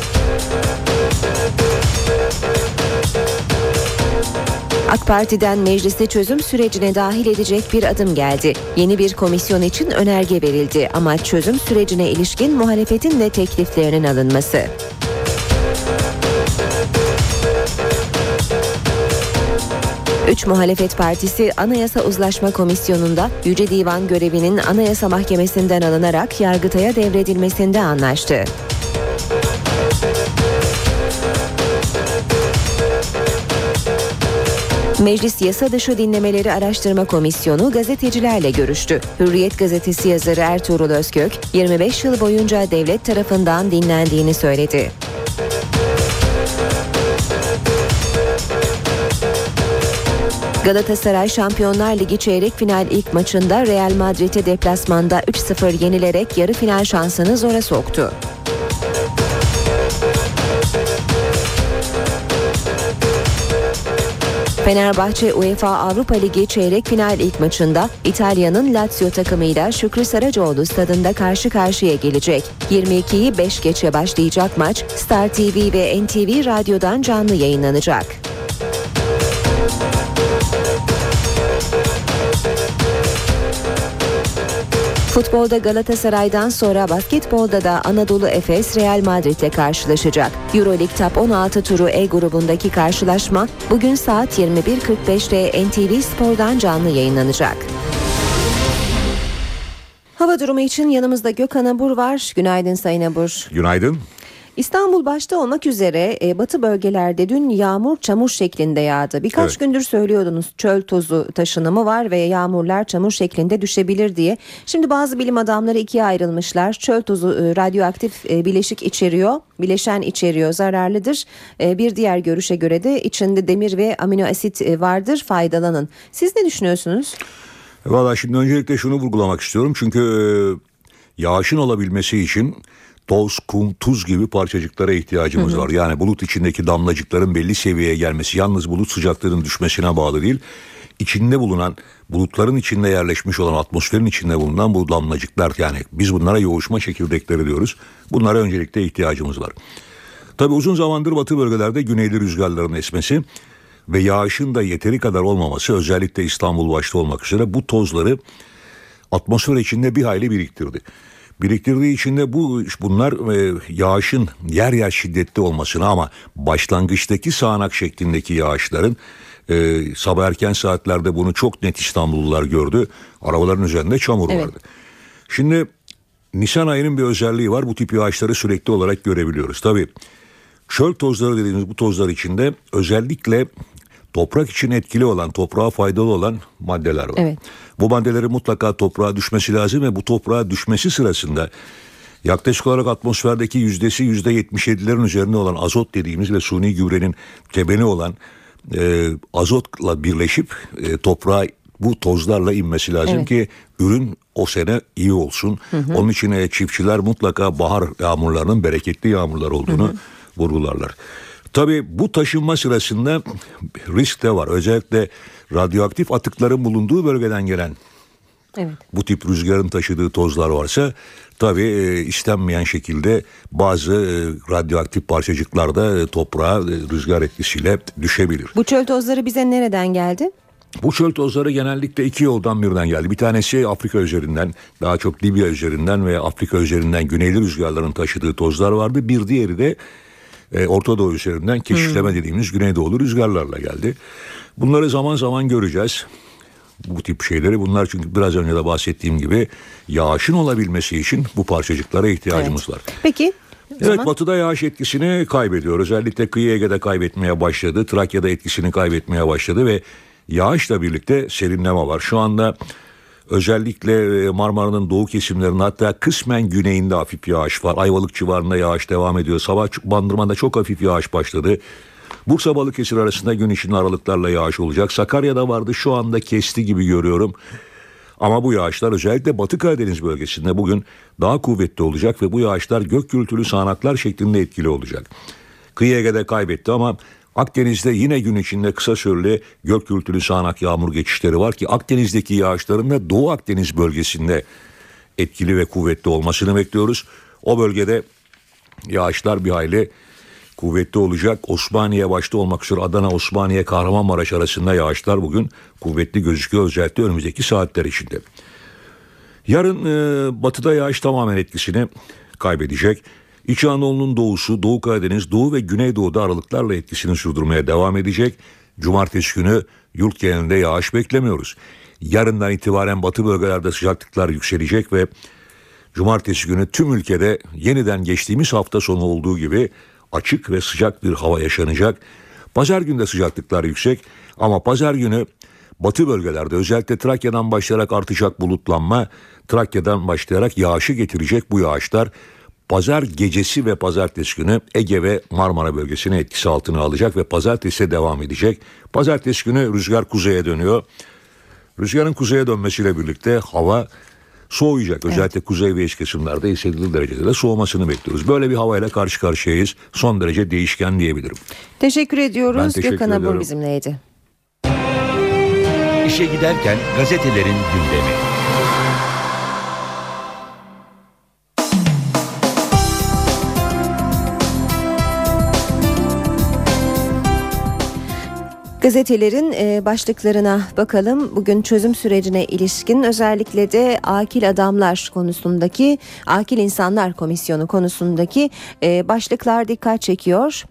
AK Parti'den mecliste çözüm sürecine dahil edecek bir adım geldi. Yeni bir komisyon için önerge verildi. Amaç çözüm sürecine ilişkin muhalefetin de tekliflerinin alınması. Üç muhalefet partisi Anayasa Uzlaşma Komisyonu'nda Yüce Divan görevinin Anayasa Mahkemesi'nden alınarak Yargıtay'a devredilmesinde anlaştı. Meclis Yasa Dışı Dinlemeleri Araştırma Komisyonu gazetecilerle görüştü. Hürriyet gazetesi yazarı Ertuğrul Özkök, 25 yıl boyunca devlet tarafından dinlendiğini söyledi. Galatasaray Şampiyonlar Ligi çeyrek final ilk maçında Real Madrid'i deplasmanda 3-0 yenilerek yarı final şansını zora soktu. Fenerbahçe UEFA Avrupa Ligi çeyrek final ilk maçında İtalya'nın Lazio takımıyla Şükrü Saracoğlu stadında karşı karşıya gelecek. 22'yi 5 geçe başlayacak maç Star TV ve NTV Radyo'dan canlı yayınlanacak. Futbolda Galatasaray'dan sonra basketbolda da Anadolu Efes Real Madrid'le karşılaşacak. Euroleague Top 16 turu E grubundaki karşılaşma bugün saat 21.45'te NTV Spor'dan canlı yayınlanacak. Hava durumu için yanımızda Gökhan Abur var. Günaydın Sayın Abur. Günaydın. İstanbul başta olmak üzere batı bölgelerde dün yağmur çamur şeklinde yağdı. Birkaç gündür söylüyordunuz çöl tozu taşınımı var ve yağmurlar çamur şeklinde düşebilir diye. Şimdi bazı bilim adamları ikiye ayrılmışlar. Çöl tozu radyoaktif bileşen içeriyor, zararlıdır. Bir diğer görüşe göre de içinde demir ve amino asit vardır, faydalanın. Siz ne düşünüyorsunuz? Valla şimdi öncelikle şunu vurgulamak istiyorum. Çünkü yağışın olabilmesi için toz, kum, tuz gibi parçacıklara ihtiyacımız var. Yani bulut içindeki damlacıkların belli seviyeye gelmesi yalnız bulut sıcaklığının düşmesine bağlı değil. İçinde bulunan, bulutların içinde yerleşmiş olan, atmosferin içinde bulunan bu damlacıklar, yani biz bunlara yoğuşma çekirdekleri diyoruz. Bunlara öncelikle ihtiyacımız var. Tabii uzun zamandır batı bölgelerde güneyli rüzgarların esmesi ve yağışın da yeteri kadar olmaması, özellikle İstanbul başta olmak üzere, bu tozları atmosfer içinde bir hayli biriktirdi. Biriktirdiği için de bunlar yağışın yer yer şiddetli olmasına, ama başlangıçtaki sağanak şeklindeki yağışların sabah erken saatlerde bunu çok net İstanbullular gördü. Arabaların üzerinde çamur vardı. Şimdi Nisan ayının bir özelliği var. Bu tip yağışları sürekli olarak görebiliyoruz. Tabii çöl tozları dediğimiz bu tozlar içinde özellikle toprak için etkili olan, toprağa faydalı olan maddeler var. Evet. Bu maddelerin mutlaka toprağa düşmesi lazım ve bu toprağa düşmesi sırasında yaklaşık olarak atmosferdeki yüzdesi %77'lerin üzerinde olan azot dediğimiz ve suni gübrenin temeli olan azotla birleşip toprağa bu tozlarla inmesi lazım ki ürün o sene iyi olsun. Onun için çiftçiler mutlaka bahar yağmurlarının bereketli yağmurlar olduğunu vurgularlar. Tabii bu taşınma sırasında risk de var. Özellikle radyoaktif atıkların bulunduğu bölgeden gelen bu tip rüzgarın taşıdığı tozlar varsa tabii istenmeyen şekilde bazı radyoaktif parçacıklar da toprağa rüzgar etkisiyle düşebilir. Bu çöl tozları bize nereden geldi? Bu çöl tozları genellikle iki yoldan birden geldi. Bir tanesi Afrika üzerinden, daha çok Libya üzerinden ve Afrika üzerinden güneyli rüzgarların taşıdığı tozlar vardı. Bir diğeri de Orta Doğu üzerinden keşifleme dediğimiz Güneydoğulu rüzgarlarla geldi. Bunları zaman zaman göreceğiz. Bu tip şeyleri. Bunlar çünkü biraz önce de bahsettiğim gibi yağışın olabilmesi için bu parçacıklara ihtiyacımız var. Peki. Evet, batıda yağış etkisini kaybediyor. Özellikle kıyı Ege'de kaybetmeye başladı. Trakya'da etkisini kaybetmeye başladı ve yağışla birlikte serinleme var. Şu anda özellikle Marmara'nın doğu kesimlerinde, hatta kısmen güneyinde hafif yağış var. Ayvalık civarında yağış devam ediyor. Sabah Bandırma'da çok hafif yağış başladı. Bursa Balıkesir arasında gün içinde aralıklarla yağış olacak. Sakarya'da vardı, şu anda kesti gibi görüyorum. Ama bu yağışlar özellikle Batı Karadeniz bölgesinde bugün daha kuvvetli olacak ve bu yağışlar gök gürültülü sağanaklar şeklinde etkili olacak. Kıyı Ege'de kaybetti ama Akdeniz'de yine gün içinde kısa süreli gök gürültülü sağanak yağmur geçişleri var ki Akdeniz'deki yağışların da Doğu Akdeniz bölgesinde etkili ve kuvvetli olmasını bekliyoruz. O bölgede yağışlar bir hayli kuvvetli olacak. Osmaniye başta olmak üzere Adana, Osmaniye, Kahramanmaraş arasında yağışlar bugün kuvvetli gözüküyor, özellikle önümüzdeki saatler içinde. Yarın batıda yağış tamamen etkisini kaybedecek. İç Anadolu'nun doğusu, Doğu Karadeniz, Doğu ve Güneydoğu'da aralıklarla etkisini sürdürmeye devam edecek. Cumartesi günü yurt genelinde yağış beklemiyoruz. Yarından itibaren batı bölgelerde sıcaklıklar yükselecek ve cumartesi günü tüm ülkede yeniden geçtiğimiz hafta sonu olduğu gibi açık ve sıcak bir hava yaşanacak. Pazar günü de sıcaklıklar yüksek ama pazar günü batı bölgelerde özellikle Trakya'dan başlayarak artacak bulutlanma, Trakya'dan başlayarak yağışı getirecek. Bu yağışlar pazar gecesi ve pazartesi günü Ege ve Marmara bölgesini etkisi altına alacak ve pazartesi devam edecek. Pazartesi günü rüzgar kuzeye dönüyor. Rüzgarın kuzeye dönmesiyle birlikte hava soğuyacak. Özellikle kuzey ve iç kesimlerde hissedilir derecede de soğumasını bekliyoruz. Böyle bir havayla karşı karşıyayız. Son derece değişken diyebilirim. Teşekkür ediyoruz. Ben teşekkür Gökhan Abur ediyorum. bizimleydi. İşe giderken gazetelerin gündemi. Gazetelerin başlıklarına bakalım. Bugün çözüm sürecine ilişkin özellikle de akil adamlar konusundaki, akil insanlar komisyonu konusundaki başlıklar dikkat çekiyor.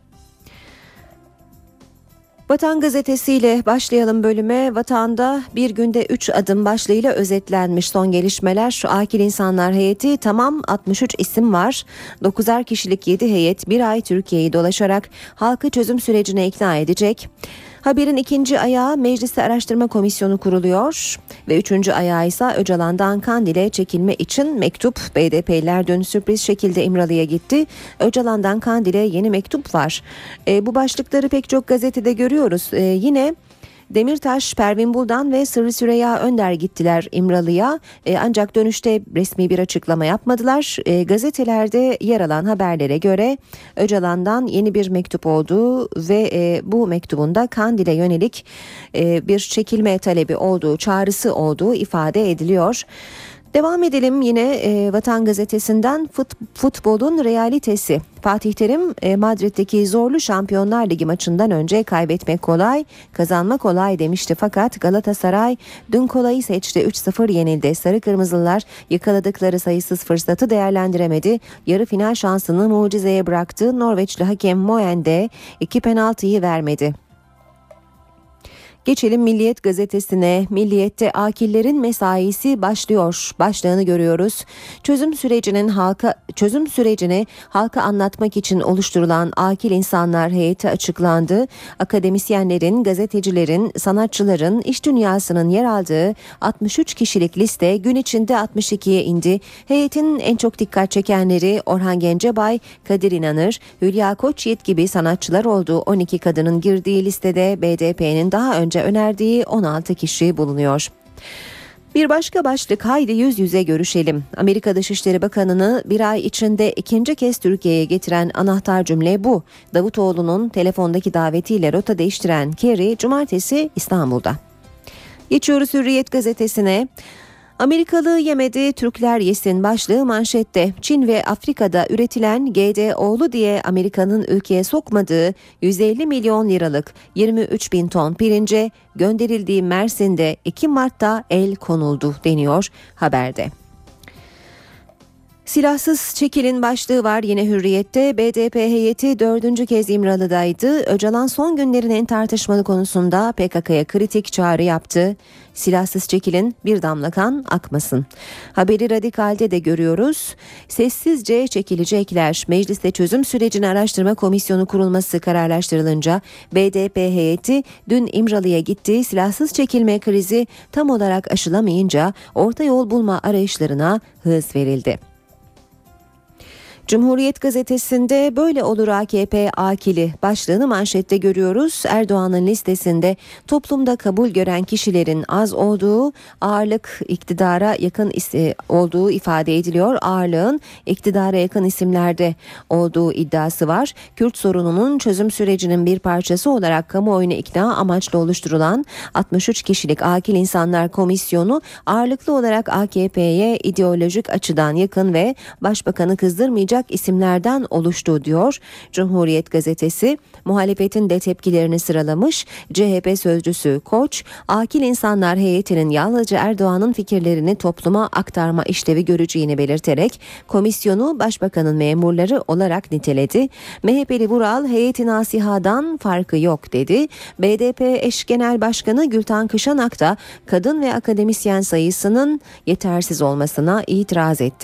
Vatan gazetesiyle başlayalım bölüme. Vatan'da bir günde 3 adım başlığıyla özetlenmiş son gelişmeler. Akil İnsanlar heyeti tamam 63 isim var. 9'ar kişilik 7 heyet bir ay Türkiye'yi dolaşarak halkı çözüm sürecine ikna edecek. Haberin ikinci ayağı Mecliste Araştırma Komisyonu kuruluyor ve üçüncü ayağı ise Öcalan'dan Kandil'e çekilme için mektup. BDP'liler dün sürpriz şekilde İmralı'ya gitti. Öcalan'dan Kandil'e yeni mektup var. Bu başlıkları pek çok gazetede görüyoruz. Yine Demirtaş, Pervin Buldan ve Sırrı Süreyya Önder gittiler İmralı'ya ancak dönüşte resmi bir açıklama yapmadılar. Gazetelerde yer alan haberlere göre Öcalan'dan yeni bir mektup olduğu ve bu mektubun da Kandil'e yönelik bir çekilme talebi olduğu, çağrısı olduğu ifade ediliyor. Devam edelim yine Vatan Gazetesi'nden futbolun realitesi. Fatih Terim Madrid'deki zorlu Şampiyonlar Ligi maçından önce kaybetmek kolay, kazanmak kolay demişti. Fakat Galatasaray dün kolayı seçti. 3-0 yenildi. Sarı Kırmızılar yakaladıkları sayısız fırsatı değerlendiremedi. Yarı final şansını mucizeye bıraktı. Norveçli hakem Moen de 2 penaltıyı vermedi. Geçelim Milliyet gazetesine. Milliyet'te akillerin mesaisi başlıyor. Başlığını görüyoruz. Çözüm sürecini halka anlatmak için oluşturulan Akil İnsanlar Heyeti açıklandı. Akademisyenlerin, gazetecilerin, sanatçıların, iş dünyasının yer aldığı 63 kişilik liste gün içinde 62'ye indi. Heyetin en çok dikkat çekenleri Orhan Gencebay, Kadir İnanır, Hülya Koçyiğit gibi sanatçılar oldu. 12 kadının girdiği listede BDP'nin daha önce önerdiği 16 kişi bulunuyor. Bir başka başlık, haydi yüz yüze görüşelim. Amerika Dışişleri Bakanı'nı bir ay içinde ikinci kez Türkiye'ye getiren anahtar cümle bu. Davutoğlu'nun telefondaki davetiyle rota değiştiren Kerry cumartesi İstanbul'da. Geçiyoruz Hürriyet gazetesine. Amerikalı yemedi, Türkler yesin başlığı manşette. Çin ve Afrika'da üretilen GDO'lu diye Amerika'nın ülkeye sokmadığı 150 milyon liralık 23 bin ton pirince gönderildiği Mersin'de 2 Mart'ta el konuldu deniyor haberde. Silahsız çekilin başlığı var yine Hürriyet'te. BDP heyeti 4. kez İmralı'daydı. Öcalan son günlerin en tartışmalı konusunda PKK'ya kritik çağrı yaptı. Silahsız çekilin, bir damla kan akmasın. Haberi Radikal'de de görüyoruz. Sessizce çekilecekler. Mecliste çözüm sürecini araştırma komisyonu kurulması kararlaştırılınca BDP heyeti dün İmralı'ya gitti. Silahsız çekilme krizi tam olarak aşılamayınca orta yol bulma arayışlarına hız verildi. Cumhuriyet gazetesinde böyle olur AKP akili başlığını manşette görüyoruz. Erdoğan'ın listesinde toplumda kabul gören kişilerin az olduğu, ağırlık iktidara yakın olduğu ifade ediliyor. Ağırlığın iktidara yakın isimlerde olduğu iddiası var. Kürt sorununun çözüm sürecinin bir parçası olarak kamuoyunu ikna amaçlı oluşturulan 63 kişilik Akil İnsanlar Komisyonu ağırlıklı olarak AKP'ye ideolojik açıdan yakın ve başbakanı kızdırmayacak isimlerden oluştu diyor Cumhuriyet gazetesi. Muhalefetin de tepkilerini sıralamış. CHP sözcüsü Koç, Akil İnsanlar Heyeti'nin yalnızca Erdoğan'ın fikirlerini topluma aktarma işlevi göreceğini belirterek komisyonu başbakanın memurları olarak niteledi. MHP'li Vural, heyeti nasihadan farkı yok dedi. BDP eş genel başkanı Gültan Kışanak da kadın ve akademisyen sayısının yetersiz olmasına itiraz etti.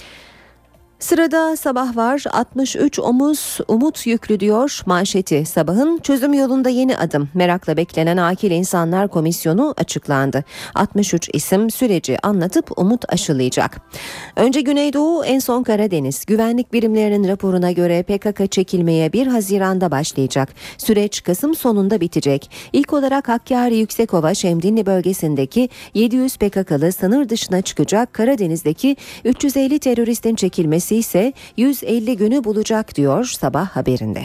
Sırada Sabah var. 63 omuz umut yüklü diyor manşeti. Sabah'ın çözüm yolunda yeni adım. Merakla beklenen Akil İnsanlar Komisyonu açıklandı. 63 isim süreci anlatıp umut aşılayacak. Önce Güneydoğu, en son Karadeniz. Güvenlik birimlerinin raporuna göre PKK çekilmeye 1 Haziran'da başlayacak. Süreç Kasım sonunda bitecek. İlk olarak Hakkari Yüksekova Şemdinli bölgesindeki 700 PKK'lı sınır dışına çıkacak. Karadeniz'deki 350 teröristin çekilmesi ise 150 günü bulacak diyor Sabah haberinde.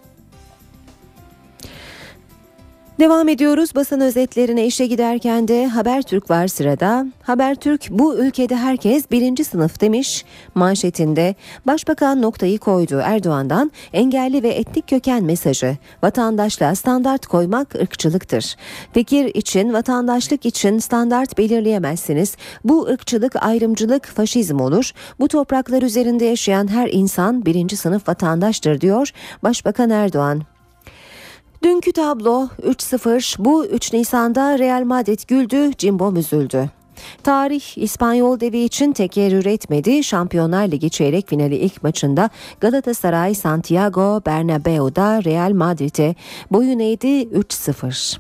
Devam ediyoruz basın özetlerine. İşe giderken de Habertürk var sırada. Habertürk, bu ülkede herkes 1. sınıf demiş manşetinde. Başbakan noktayı koydu. Erdoğan'dan engelli ve etnik köken mesajı. Vatandaşlığa standart koymak ırkçılıktır. Fikir için, vatandaşlık için standart belirleyemezsiniz. Bu ırkçılık, ayrımcılık, faşizm olur. Bu topraklar üzerinde yaşayan her insan 1. sınıf vatandaştır diyor Başbakan Erdoğan. Dünkü tablo 3-0. Bu 3 Nisan'da Real Madrid güldü, Cimbom üzüldü. Tarih İspanyol devi için tekerrür etmedi. Şampiyonlar Ligi çeyrek finali ilk maçında Galatasaray Santiago Bernabeu'da Real Madrid'e boyun eğdi 3-0.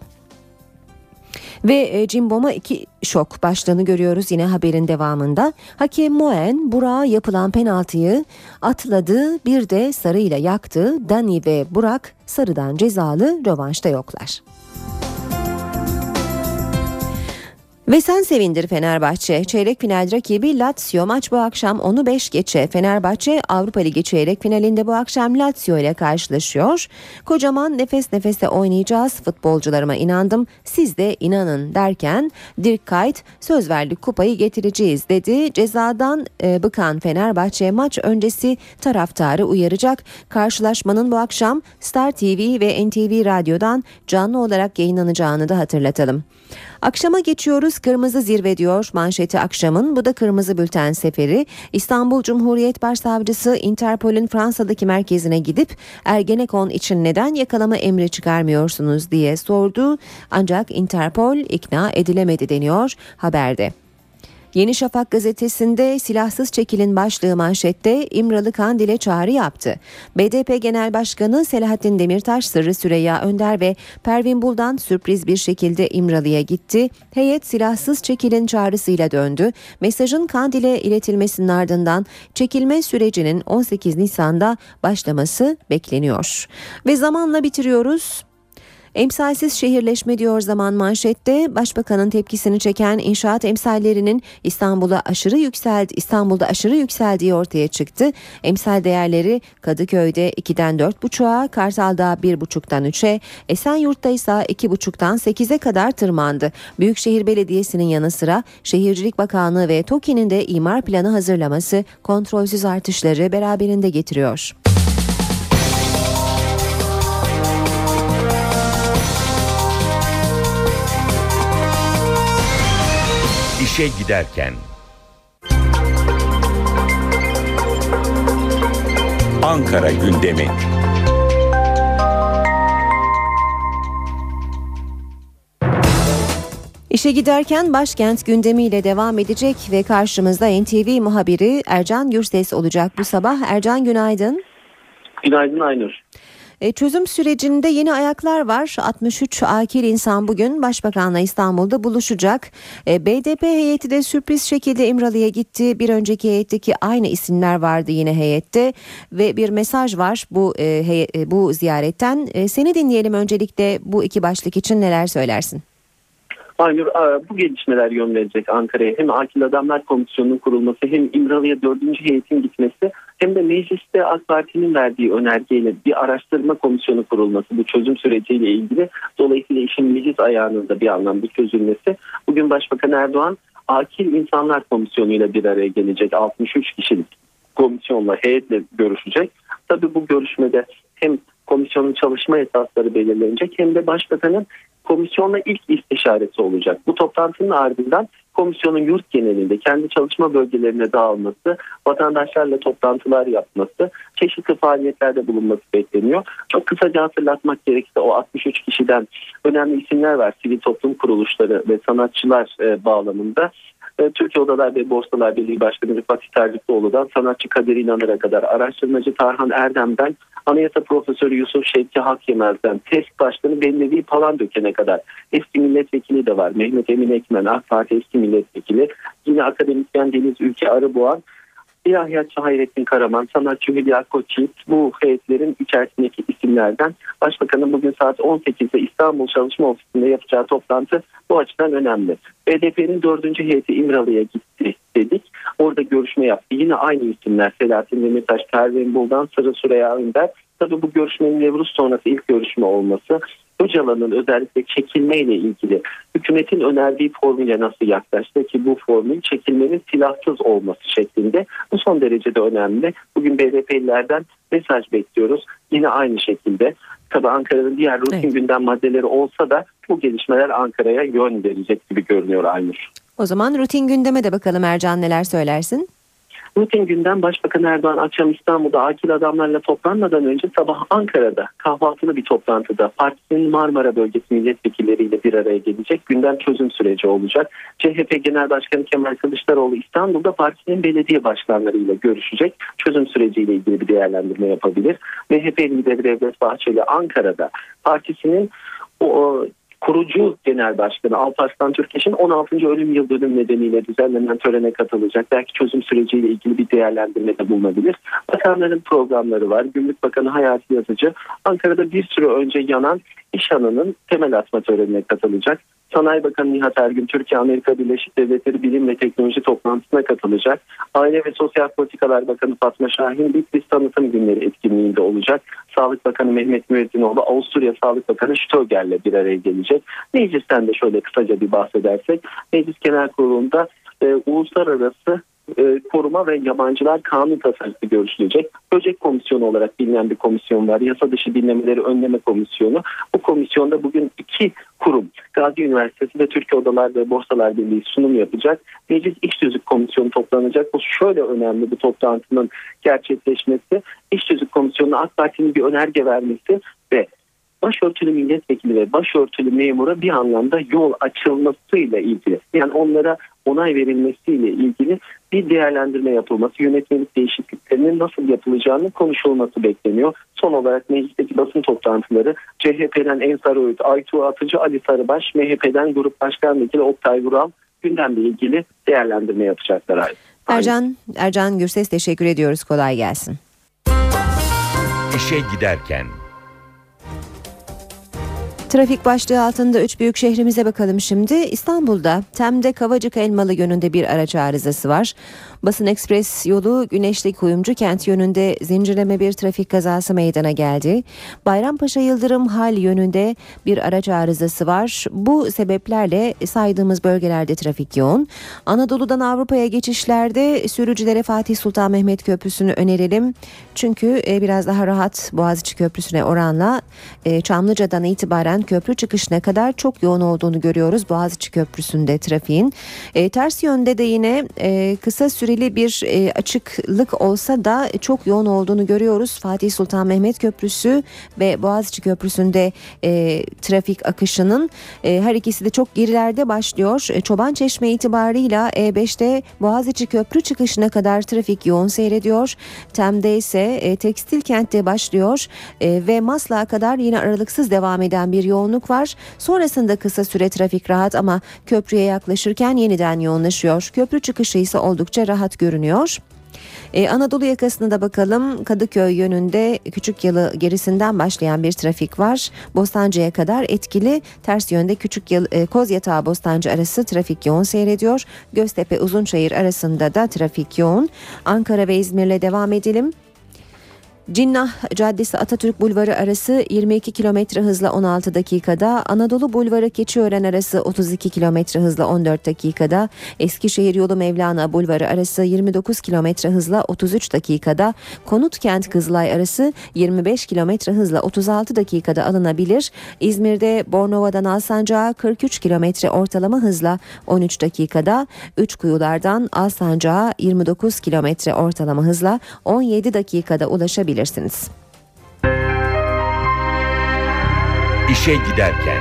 Ve Cimbom'a 2 şok başlığını görüyoruz yine haberin devamında. Hakem Moen, Burak'a yapılan penaltıyı atladı, bir de sarıyla yaktı. Dani ve Burak sarıdan cezalı, rövanşta yoklar. Ve sen sevindir Fenerbahçe. Çeyrek final rakibi Lazio. Maç bu akşam 10'u 5 geçe. Fenerbahçe Avrupa Ligi çeyrek finalinde bu akşam Lazio ile karşılaşıyor. Kocaman nefes nefese oynayacağız. Futbolcularıma inandım. Siz de inanın derken Dirk Kuyt söz verdik kupayı getireceğiz dedi. Cezadan bıkan Fenerbahçe maç öncesi taraftarı uyaracak. Karşılaşmanın bu akşam Star TV ve NTV Radyo'dan canlı olarak yayınlanacağını da hatırlatalım. Akşama geçiyoruz. Kırmızı zirve diyor manşeti akşamın. Bu da kırmızı bülten seferi. İstanbul Cumhuriyet Başsavcısı Interpol'ün Fransa'daki merkezine gidip Ergenekon için neden yakalama emri çıkarmıyorsunuz diye sordu. Ancak Interpol ikna edilemedi deniyor haberde. Yeni Şafak gazetesinde silahsız çekilin başlığı manşette İmralı Kandil'e çağrı yaptı. BDP Genel Başkanı Selahattin Demirtaş, Sırrı Süreyya Önder ve Pervin Buldan sürpriz bir şekilde İmralı'ya gitti. Heyet silahsız çekilin çağrısıyla döndü. Mesajın Kandil'e iletilmesinin ardından çekilme sürecinin 18 Nisan'da başlaması bekleniyor. Ve zamanla bitiriyoruz. Emsalsiz şehirleşme diyor Zaman manşette. Başbakanın tepkisini çeken inşaat emsallerinin İstanbul'da aşırı yükseldiği ortaya çıktı. Emsal değerleri Kadıköy'de 2'den 4,5'a, Kartal'da 1,5'tan 3'e, Esenyurt'ta ise 2,5'tan 8'e kadar tırmandı. Büyükşehir Belediyesi'nin yanı sıra Şehircilik Bakanlığı ve TOKİ'nin de imar planı hazırlaması kontrolsüz artışları beraberinde getiriyor. İşe giderken. Ankara gündemi. İşe giderken başkent gündemiyle devam edecek ve karşımızda NTV muhabiri Ercan Gürses olacak bu sabah. Ercan günaydın. Günaydın Aynur. Çözüm sürecinde yeni ayaklar var. 63 akil insan bugün Başbakan'la İstanbul'da buluşacak. BDP heyeti de sürpriz şekilde İmralı'ya gitti. Bir önceki heyetteki aynı isimler vardı yine heyette ve bir mesaj var bu ziyaretten. Seni dinleyelim öncelikle, bu iki başlık için neler söylersin? Aynur, bu gelişmeler yön verecek Ankara'ya. Hem Akil Adamlar Komisyonu'nun kurulması, hem İmralı'ya 4. heyetin gitmesi, hem de mecliste AK Parti'nin verdiği önergeyle bir araştırma komisyonu kurulması bu çözüm süreciyle ilgili. Dolayısıyla işin meclis ayağının da bir anlamda çözülmesi. Bugün Başbakan Erdoğan Akil İnsanlar Komisyonu ile bir araya gelecek. 63 kişilik komisyonla, heyetle görüşecek. Tabii bu görüşmede hem komisyonun çalışma esasları belirlenecek, hem de Başbakan'ın komisyonla ilk istişaresi olacak. Bu toplantının ardından komisyonun yurt genelinde kendi çalışma bölgelerine dağılması, vatandaşlarla toplantılar yapması, çeşitli faaliyetlerde bulunması bekleniyor. Çok kısaca hatırlatmak gerekirse o 63 kişiden önemli isimler var. Sivil toplum kuruluşları ve sanatçılar bağlamında. Türkiye Odalar ve Borsalar Birliği Başkanı Rıfat Tercikloğlu'dan sanatçı Kadir İnanır'a kadar, araştırmacı Tarhan Erdem'den Anayasa Profesörü Yusuf Şevki Hakyemez'den TESK Başkanı Bennevi Palandöken'e kadar eski milletvekili de var. Mehmet Emin Ekmen, AK Parti eski milletvekili. Yine akademisyen Deniz Ülke Arıboğan, İlahiyatçı Hayrettin Karaman, sanatçı Hülya Koçyiğit bu heyetlerin içerisindeki isimlerden. Başbakanın bugün saat 18'de İstanbul Çalışma Ofisi'nde yapacağı toplantı bu açıdan önemli. BDP'nin 4. heyeti İmralı'ya gitti dedik. Orada görüşme yaptı. Yine aynı isimler Selahattin Demirtaş, Pervin Buldan, Sırrı Süreyya Önder. Tabii bu görüşmenin Nevruz sonrası ilk görüşme olması, Öcalan'ın özellikle çekilmeyle ilgili hükümetin önerdiği formüle nasıl yaklaştı ki bu formül çekilmenin silahsız olması şeklinde, bu son derece de önemli. Bugün BDP'lilerden mesaj bekliyoruz. Yine aynı şekilde tabii Ankara'nın diğer rutin gündem maddeleri olsa da bu gelişmeler Ankara'ya yön verecek gibi görünüyor Aynur. O zaman rutin gündeme de bakalım Ercan, neler söylersin? Rutin gündem, Başbakan Erdoğan akşam İstanbul'da akil adamlarla toplanmadan önce sabah Ankara'da kahvaltılı bir toplantıda partisinin Marmara Bölgesi milletvekilleriyle bir araya gelecek. Gündem çözüm süreci olacak. CHP Genel Başkanı Kemal Kılıçdaroğlu İstanbul'da partinin belediye başkanlarıyla görüşecek. Çözüm süreciyle ilgili bir değerlendirme yapabilir. MHP lideri Devlet Bahçeli Ankara'da partisinin kurucu genel başkanı Alparslan Türkeş'in 16. ölüm yıl dönümü nedeniyle düzenlenen törene katılacak. Belki çözüm süreciyle ilgili bir değerlendirmede bulunabilir. Bakanların programları var. Gümrük Bakanı Hayati Yazıcı Ankara'da bir süre önce yanan İşhanı'nın temel atma törenine katılacak. Sanayi Bakanı Nihat Ergün Türkiye-Amerika Birleşik Devletleri Bilim ve Teknoloji toplantısına katılacak. Aile ve Sosyal Politikalar Bakanı Fatma Şahin Bitlis Tanıtım Günleri etkinliğinde olacak. Sağlık Bakanı Mehmet Müezzinoğlu Avusturya Sağlık Bakanı Stöger'le bir araya gelecek. Meclisten de şöyle kısaca bir bahsedersek, Meclis Genel Kurulu'nda uluslararası koruma ve yabancılar kanun tasarısı görüşülecek. Böcek Komisyonu olarak bilinen bir komisyon var. Yasa dışı dinlemeleri önleme komisyonu. Bu komisyonda bugün 2 kurum, Gazi Üniversitesi ve Türkiye Odalar ve Borsalar Birliği sunum yapacak. Meclis İş Tüzük Komisyonu toplanacak. Bu şöyle önemli, bu toplantının gerçekleşmesi. İş Tüzük Komisyonu'na AK Parti'nin bir önerge vermesi ve başörtülü milletvekili ve başörtülü memura bir anlamda yol açılmasıyla ilgili, yani onlara onay verilmesiyle ilgili bir değerlendirme yapılması, yönetmelik değişikliklerinin nasıl yapılacağını konuşulması bekleniyor. Son olarak meclisteki basın toplantıları CHP'den Ensar Öğüt, Aytuğ Atıcı, Ali Sarıbaş, MHP'den Grup Başkan Vekili Oktay Vural gündemle ilgili değerlendirme yapacaklar. Ercan Gürses, teşekkür ediyoruz. Kolay gelsin. İşe giderken. Trafik başlığı altında 3 büyük şehrimize bakalım şimdi. İstanbul'da Tem'de Kavacık Elmalı yönünde bir araç arızası var. Basın Ekspres yolu Güneşli Kuyumcu Kent yönünde zincirleme bir trafik kazası meydana geldi. Bayrampaşa Yıldırım Hal yönünde bir araç arızası var. Bu sebeplerle saydığımız bölgelerde trafik yoğun. Anadolu'dan Avrupa'ya geçişlerde sürücülere Fatih Sultan Mehmet Köprüsü'nü önerelim. Çünkü biraz daha rahat Boğaziçi Köprüsü'ne oranla Çamlıca'dan itibaren köprü çıkışına kadar çok yoğun olduğunu görüyoruz Boğaziçi Köprüsü'nde trafiğin. Ters yönde de yine kısa süreli bir açıklık olsa da çok yoğun olduğunu görüyoruz. Fatih Sultan Mehmet Köprüsü ve Boğaziçi Köprüsü'nde trafik akışının her ikisi de çok gerilerde başlıyor. Çobançeşme itibarıyla E5'te Boğaziçi Köprü çıkışına kadar trafik yoğun seyrediyor. Tem'de ise Tekstil Kent'te başlıyor ve Maslak'a kadar yine aralıksız devam eden bir yoğunluk var. Sonrasında kısa süre trafik rahat ama köprüye yaklaşırken yeniden yoğunlaşıyor. Köprü çıkışı ise oldukça rahat görünüyor. Anadolu yakasına da bakalım. Kadıköy yönünde Küçükyalı gerisinden başlayan bir trafik var. Bostancı'ya kadar etkili. Ters yönde Kozyatağı Bostancı arası trafik yoğun seyrediyor. Göztepe Uzunçayır arasında da trafik yoğun. Ankara ve İzmir'le devam edelim. Cinnah Caddesi Atatürk Bulvarı arası 22 km hızla 16 dakikada, Anadolu Bulvarı Keçiören arası 32 km hızla 14 dakikada, Eskişehir Yolu Mevlana Bulvarı arası 29 km hızla 33 dakikada, Konutkent Kızılay arası 25 km hızla 36 dakikada alınabilir. İzmir'de Bornova'dan Alsancak'a 43 km ortalama hızla 13 dakikada, Üçkuyulardan Alsancak'a 29 km ortalama hızla 17 dakikada ulaşabilirsiniz. İşe giderken.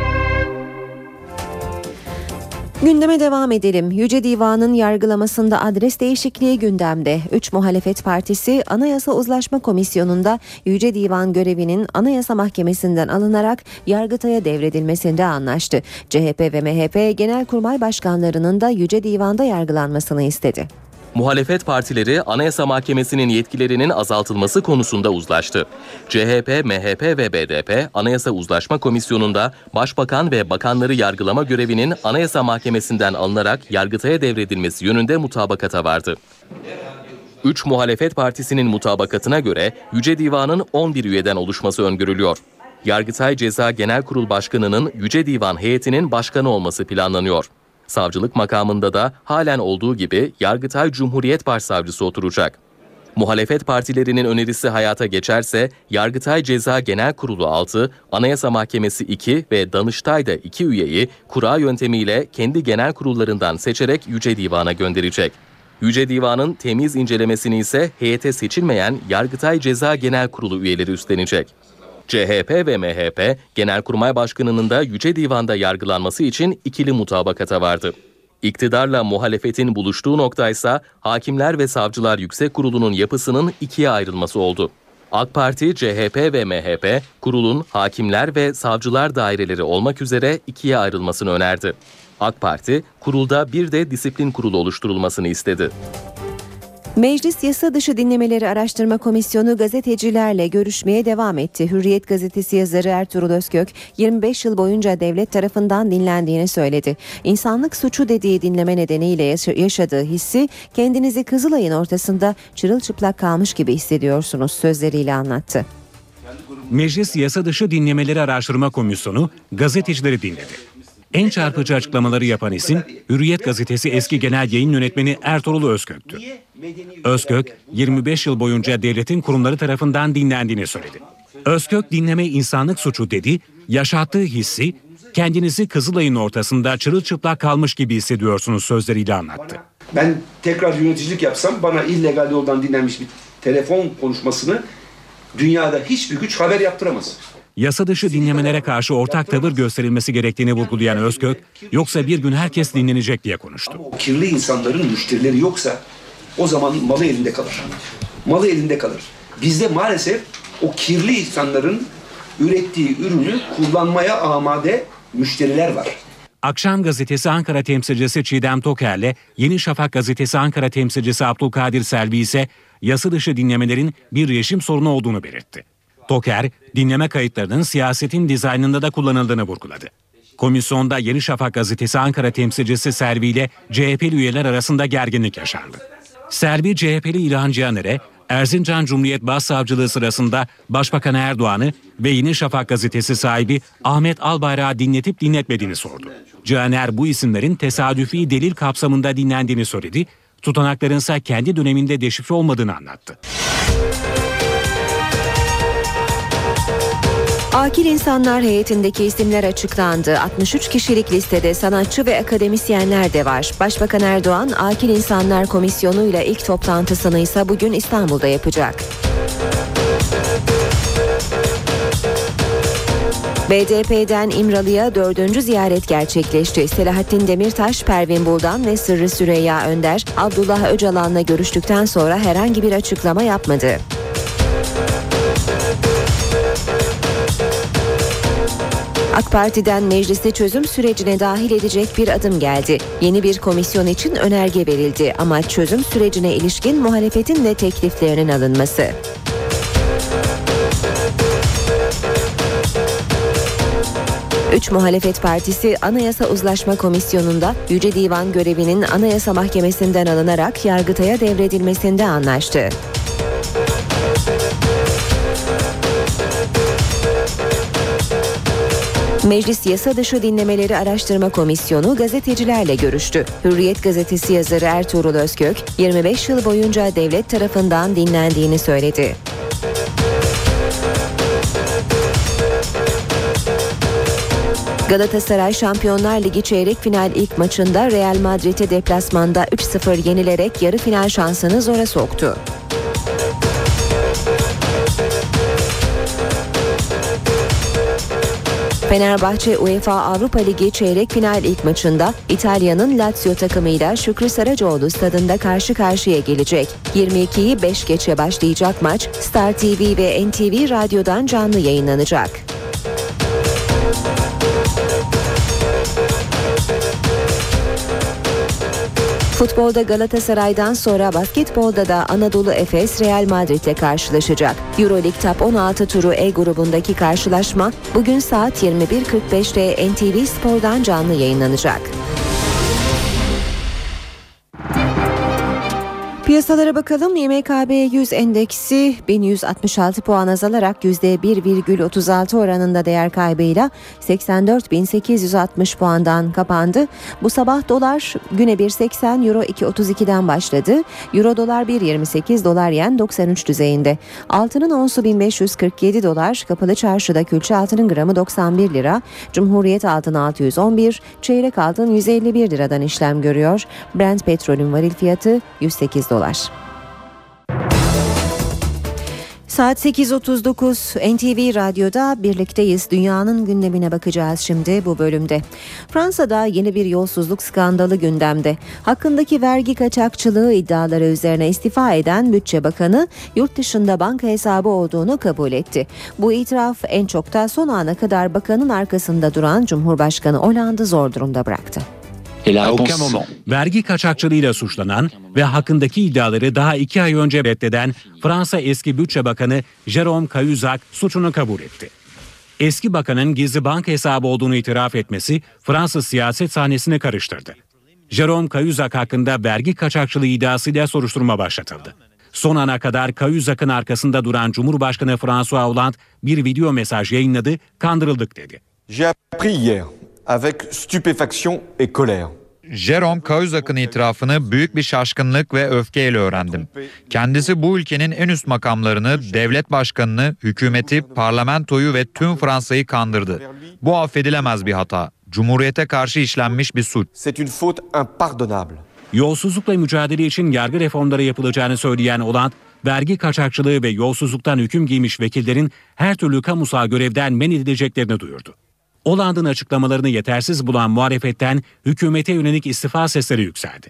Gündeme devam edelim. Yüce Divan'ın yargılamasında adres değişikliği gündemde. 3 muhalefet partisi Anayasa Uzlaşma Komisyonu'nda Yüce Divan görevinin Anayasa Mahkemesi'nden alınarak Yargıtay'a devredilmesinde anlaştı. CHP ve MHP Genelkurmay Başkanlarının da Yüce Divan'da yargılanmasını istedi. Muhalefet partileri Anayasa Mahkemesi'nin yetkilerinin azaltılması konusunda uzlaştı. CHP, MHP ve BDP Anayasa Uzlaşma Komisyonu'nda Başbakan ve bakanları yargılama görevinin Anayasa Mahkemesi'nden alınarak Yargıtay'a devredilmesi yönünde mutabakata vardı. 3 muhalefet partisinin mutabakatına göre Yüce Divan'ın 11 üyeden oluşması öngörülüyor. Yargıtay Ceza Genel Kurul Başkanı'nın Yüce Divan heyetinin başkanı olması planlanıyor. Savcılık makamında da halen olduğu gibi Yargıtay Cumhuriyet Başsavcısı oturacak. Muhalefet partilerinin önerisi hayata geçerse Yargıtay Ceza Genel Kurulu 6, Anayasa Mahkemesi 2 ve Danıştay'da 2 üyeyi kura yöntemiyle kendi genel kurullarından seçerek Yüce Divan'a gönderecek. Yüce Divan'ın temiz incelemesini ise heyete seçilmeyen Yargıtay Ceza Genel Kurulu üyeleri üstlenecek. CHP ve MHP, Genelkurmay Başkanı'nın da Yüce Divan'da yargılanması için ikili mutabakata vardı. İktidarla muhalefetin buluştuğu noktaysa Hakimler ve Savcılar Yüksek Kurulu'nun yapısının ikiye ayrılması oldu. AK Parti, CHP ve MHP, kurulun hakimler ve savcılar daireleri olmak üzere ikiye ayrılmasını önerdi. AK Parti, kurulda bir de disiplin kurulu oluşturulmasını istedi. Meclis Yasa Dışı Dinlemeleri Araştırma Komisyonu gazetecilerle görüşmeye devam etti. Hürriyet gazetesi yazarı Ertuğrul Özkök 25 yıl boyunca devlet tarafından dinlendiğini söyledi. İnsanlık suçu dediği dinleme nedeniyle yaşadığı hissi kendinizi Kızılay'ın ortasında çırılçıplak kalmış gibi hissediyorsunuz sözleriyle anlattı. Meclis Yasa Dışı Dinlemeleri Araştırma Komisyonu gazetecileri dinledi. En çarpıcı açıklamaları yapan isim Hürriyet gazetesi eski genel yayın yönetmeni Ertuğrul Özkök'tü. Özkök, 25 yıl boyunca devletin kurumları tarafından dinlendiğini söyledi. Özkök dinleme insanlık suçu dedi, yaşattığı hissi kendinizi Kızılay'ın ortasında çırılçıplak kalmış gibi hissediyorsunuz sözleriyle anlattı. Ben tekrar yöneticilik yapsam bana illegal yoldan dinlenmiş bir telefon konuşmasını dünyada hiçbir güç haber yaptıramaz. Yasa dışı dinlemelere karşı ortak tavır gösterilmesi gerektiğini vurgulayan Özkök, yoksa bir gün herkes dinlenecek diye konuştu. O kirli insanların müşterileri yoksa o zaman malı elinde kalır. Malı elinde kalır. Bizde maalesef o kirli insanların ürettiği ürünü kullanmaya amade müşteriler var. Akşam Gazetesi Ankara temsilcisi Çiğdem Toker'le Yeni Şafak Gazetesi Ankara temsilcisi Abdülkadir Selvi ise yasa dışı dinlemelerin bir rejim sorunu olduğunu belirtti. Toker, dinleme kayıtlarının siyasetin dizaynında da kullanıldığını vurguladı. Komisyonda Yeni Şafak Gazetesi Ankara temsilcisi Selvi ile CHP'li üyeler arasında gerginlik yaşandı. Selvi, CHP'li İlhan Cihaner'e Erzincan Cumhuriyet Başsavcılığı sırasında Başbakan Erdoğan'ı ve Yeni Şafak gazetesi sahibi Ahmet Albayrak'ı dinletip dinletmediğini sordu. Cihaner bu isimlerin tesadüfi delil kapsamında dinlendiğini söyledi, tutanakların ise kendi döneminde deşifre olmadığını anlattı. Akil İnsanlar heyetindeki isimler açıklandı. 63 kişilik listede sanatçı ve akademisyenler de var. Başbakan Erdoğan, Akil İnsanlar Komisyonu ile ilk toplantısını ise bugün İstanbul'da yapacak. BDP'den İmralı'ya 4. ziyaret gerçekleşti. Selahattin Demirtaş, Pervin Buldan ve Sırrı Süreyya Önder, Abdullah Öcalan'la görüştükten sonra herhangi bir açıklama yapmadı. AK Parti'den mecliste çözüm sürecine dahil edecek bir adım geldi. Yeni bir komisyon için önerge verildi ama çözüm sürecine ilişkin muhalefetin de tekliflerinin alınması. Üç muhalefet partisi Anayasa Uzlaşma Komisyonu'nda Yüce Divan görevinin Anayasa Mahkemesi'nden alınarak Yargıtay'a devredilmesinde anlaştı. Meclis Yasa Dışı Dinlemeleri Araştırma Komisyonu gazetecilerle görüştü. Hürriyet gazetesi yazarı Ertuğrul Özkök, 25 yıl boyunca devlet tarafından dinlendiğini söyledi. Galatasaray Şampiyonlar Ligi çeyrek final ilk maçında Real Madrid'i deplasmanda 3-0 yenilerek yarı final şansını zora soktu. Fenerbahçe UEFA Avrupa Ligi çeyrek final ilk maçında İtalya'nın Lazio takımıyla Şükrü Saracoğlu stadında karşı karşıya gelecek. 22'yi 5 geçe başlayacak maç Star TV ve NTV Radyo'dan canlı yayınlanacak. Futbolda Galatasaray'dan sonra basketbolda da Anadolu Efes Real Madrid'le karşılaşacak. Euroleague Top 16 turu E grubundaki karşılaşma bugün saat 21.45'te NTV Spor'dan canlı yayınlanacak. Piyasalara bakalım. YMKB 100 endeksi 1166 puan azalarak %1,36 oranında değer kaybıyla 84.860 puandan kapandı. Bu sabah dolar güne 1.80, euro 2.32'den başladı. Euro dolar 1.28, dolar yen 93 düzeyinde. Altının onsu 1547 dolar, kapalı çarşıda külçe altının gramı 91 lira. Cumhuriyet altın 611, çeyrek altın 151 liradan işlem görüyor. Brent petrolün varil fiyatı 108 dolar. Saat 8.39 NTV Radyo'da birlikteyiz. Dünyanın gündemine bakacağız şimdi bu bölümde. Fransa'da yeni bir yolsuzluk skandalı gündemde. Hakkındaki vergi kaçakçılığı iddiaları üzerine istifa eden Bütçe Bakanı yurt dışında banka hesabı olduğunu kabul etti. Bu itiraf en çok da son ana kadar bakanın arkasında duran Cumhurbaşkanı Hollande'ı zor durumda bıraktı. Vergi kaçakçılığıyla suçlanan ve hakkındaki iddiaları daha 2 ay önce reddeden Fransa eski Bütçe Bakanı Jérôme Cahuzac suçunu kabul etti. Eski bakanın gizli banka hesabı olduğunu itiraf etmesi Fransız siyaset sahnesini karıştırdı. Jérôme Cahuzac hakkında vergi kaçakçılığı iddiasıyla soruşturma başlatıldı. Son ana kadar Cahuzac'ın arkasında duran Cumhurbaşkanı François Hollande bir video mesaj yayınladı, kandırıldık dedi. J'ai appris hier avec stupéfaction et colère. Jérôme Cahuzac'ın itirafını büyük bir şaşkınlık ve öfkeyle öğrendim. Kendisi bu ülkenin en üst makamlarını, devlet başkanını, hükümeti, parlamentoyu ve tüm Fransa'yı kandırdı. Bu affedilemez bir hata. Cumhuriyete karşı işlenmiş bir suç. C'est une faute impardonnable. Yolsuzlukla mücadele için yargı reformları yapılacağını söyleyen Hollande, vergi kaçakçılığı ve yolsuzluktan hüküm giymiş vekillerin her türlü kamusal görevden men edileceklerini duyurdu. Hollande'ın açıklamalarını yetersiz bulan muhalefetten hükümete yönelik istifa sesleri yükseldi.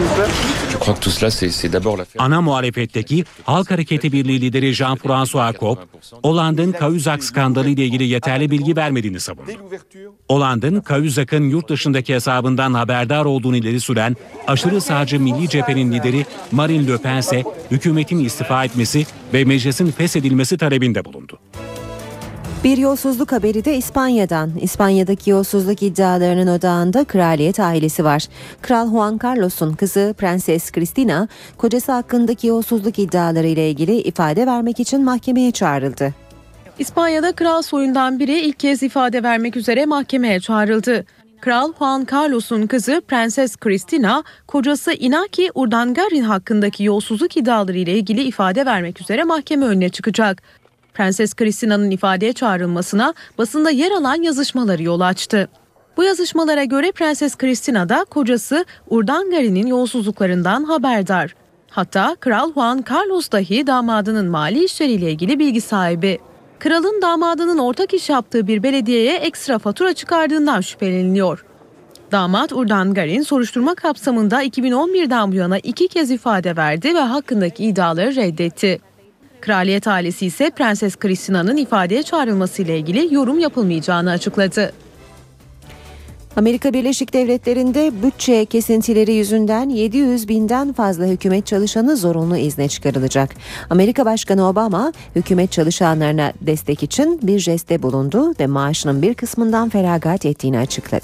Ana muhalefetteki Halk Hareketi Birliği lideri Jean-François Copé, Hollande'ın Cahuzac skandalı ile ilgili yeterli bilgi vermediğini savundu. Hollande'ın Cahuzac'ın yurt dışındaki hesabından haberdar olduğunu ileri süren aşırı sağcı Milli Cephe'nin lideri Marine Le Pen ise hükümetin istifa etmesi ve meclisin feshedilmesi talebinde bulundu. Bir yolsuzluk haberi de İspanya'dan. İspanya'daki yolsuzluk iddialarının odağında kraliyet ailesi var. Kral Juan Carlos'un kızı Prenses Cristina, kocası hakkındaki yolsuzluk iddiaları ile ilgili ifade vermek için mahkemeye çağrıldı. İspanya'da kral soyundan biri ilk kez ifade vermek üzere mahkemeye çağrıldı. Kral Juan Carlos'un kızı Prenses Cristina, kocası Iñaki Urdangarin hakkındaki yolsuzluk iddiaları ile ilgili ifade vermek üzere mahkeme önüne çıkacak. Prenses Cristina'nın ifadeye çağrılmasına basında yer alan yazışmaları yol açtı. Bu yazışmalara göre Prenses Cristina da kocası Urdangarin'in yolsuzluklarından haberdar. Hatta Kral Juan Carlos dahi damadının mali işleriyle ilgili bilgi sahibi. Kralın damadının ortak iş yaptığı bir belediyeye ekstra fatura çıkardığından şüpheleniliyor. Damat Urdangarin soruşturma kapsamında 2011'den bu yana 2 kez ifade verdi ve hakkındaki iddiaları reddetti. Kraliyet ailesi ise Prenses Cristina'nın ifadeye çağrılmasıyla ilgili yorum yapılmayacağını açıkladı. Amerika Birleşik Devletleri'nde bütçe kesintileri yüzünden 700 binden fazla hükümet çalışanı zorunlu izne çıkarılacak. Amerika Başkanı Obama hükümet çalışanlarına destek için bir jestte bulundu ve maaşının bir kısmından feragat ettiğini açıkladı.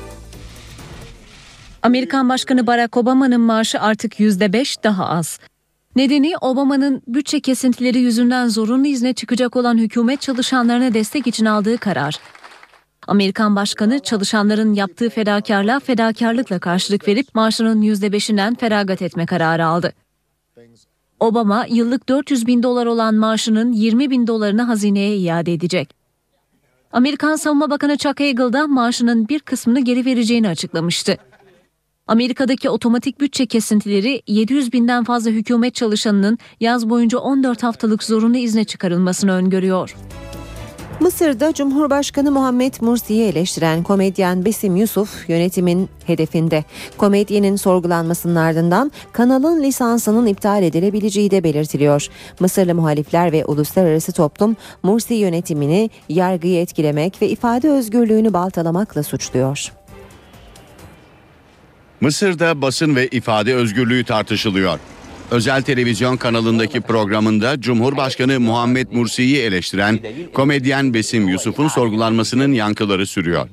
Amerikan Başkanı Barack Obama'nın maaşı artık %5 daha az. Nedeni Obama'nın bütçe kesintileri yüzünden zorunlu izne çıkacak olan hükümet çalışanlarına destek için aldığı karar. Amerikan Başkanı çalışanların yaptığı fedakarlıkla karşılık verip maaşının %5'inden feragat etme kararı aldı. Obama yıllık $400.000 olan maaşının $20.000'ını hazineye iade edecek. Amerikan Savunma Bakanı Chuck Hagel da maaşının bir kısmını geri vereceğini açıklamıştı. Amerika'daki otomatik bütçe kesintileri 700 binden fazla hükümet çalışanının yaz boyunca 14 haftalık zorunlu izne çıkarılmasını öngörüyor. Mısır'da Cumhurbaşkanı Muhammed Mursi'yi eleştiren komedyen Besim Yusuf yönetimin hedefinde. Komedyenin sorgulanmasının ardından kanalın lisansının iptal edilebileceği de belirtiliyor. Mısırlı muhalifler ve uluslararası toplum Mursi yönetimini yargıyı etkilemek ve ifade özgürlüğünü baltalamakla suçluyor. Mısır'da basın ve ifade özgürlüğü tartışılıyor. Özel televizyon kanalındaki programında Cumhurbaşkanı Muhammed Mursi'yi eleştiren komedyen Besim Yusuf'un sorgulanmasının yankıları sürüyor.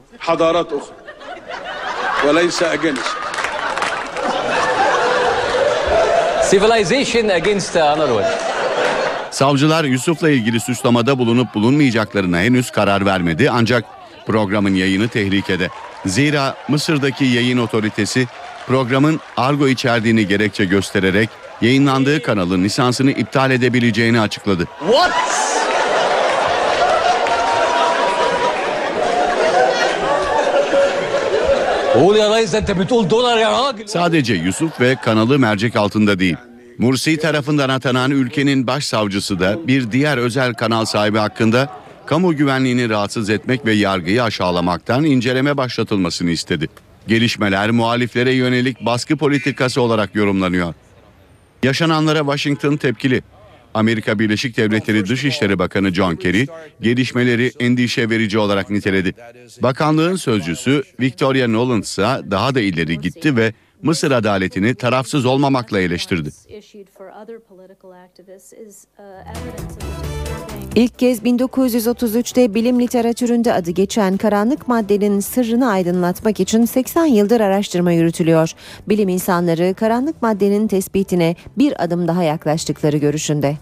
Civilization against another one. Savcılar Yusuf'la ilgili suçlamada bulunup bulunmayacaklarına henüz karar vermedi ancak programın yayını tehlikede. Zira Mısır'daki yayın otoritesi programın argo içerdiğini gerekçe göstererek yayınlandığı kanalın lisansını iptal edebileceğini açıkladı. What? Sadece Yusuf ve kanalı mercek altında değil. Mursi tarafından atanan ülkenin başsavcısı da bir diğer özel kanal sahibi hakkında kamu güvenliğini rahatsız etmek ve yargıyı aşağılamaktan inceleme başlatılmasını istedi. Gelişmeler muhaliflere yönelik baskı politikası olarak yorumlanıyor. Yaşananlara Washington tepkili. Amerika Birleşik Devletleri Dışişleri Bakanı John Kerry gelişmeleri endişe verici olarak niteledi. Bakanlığın sözcüsü Victoria Nuland ise daha da ileri gitti ve Mısır adaletini tarafsız olmamakla eleştirdi. İlk kez 1933'te bilim literatüründe adı geçen karanlık maddenin sırrını aydınlatmak için 80 yıldır araştırma yürütülüyor. Bilim insanları karanlık maddenin tespitine bir adım daha yaklaştıkları görüşünde.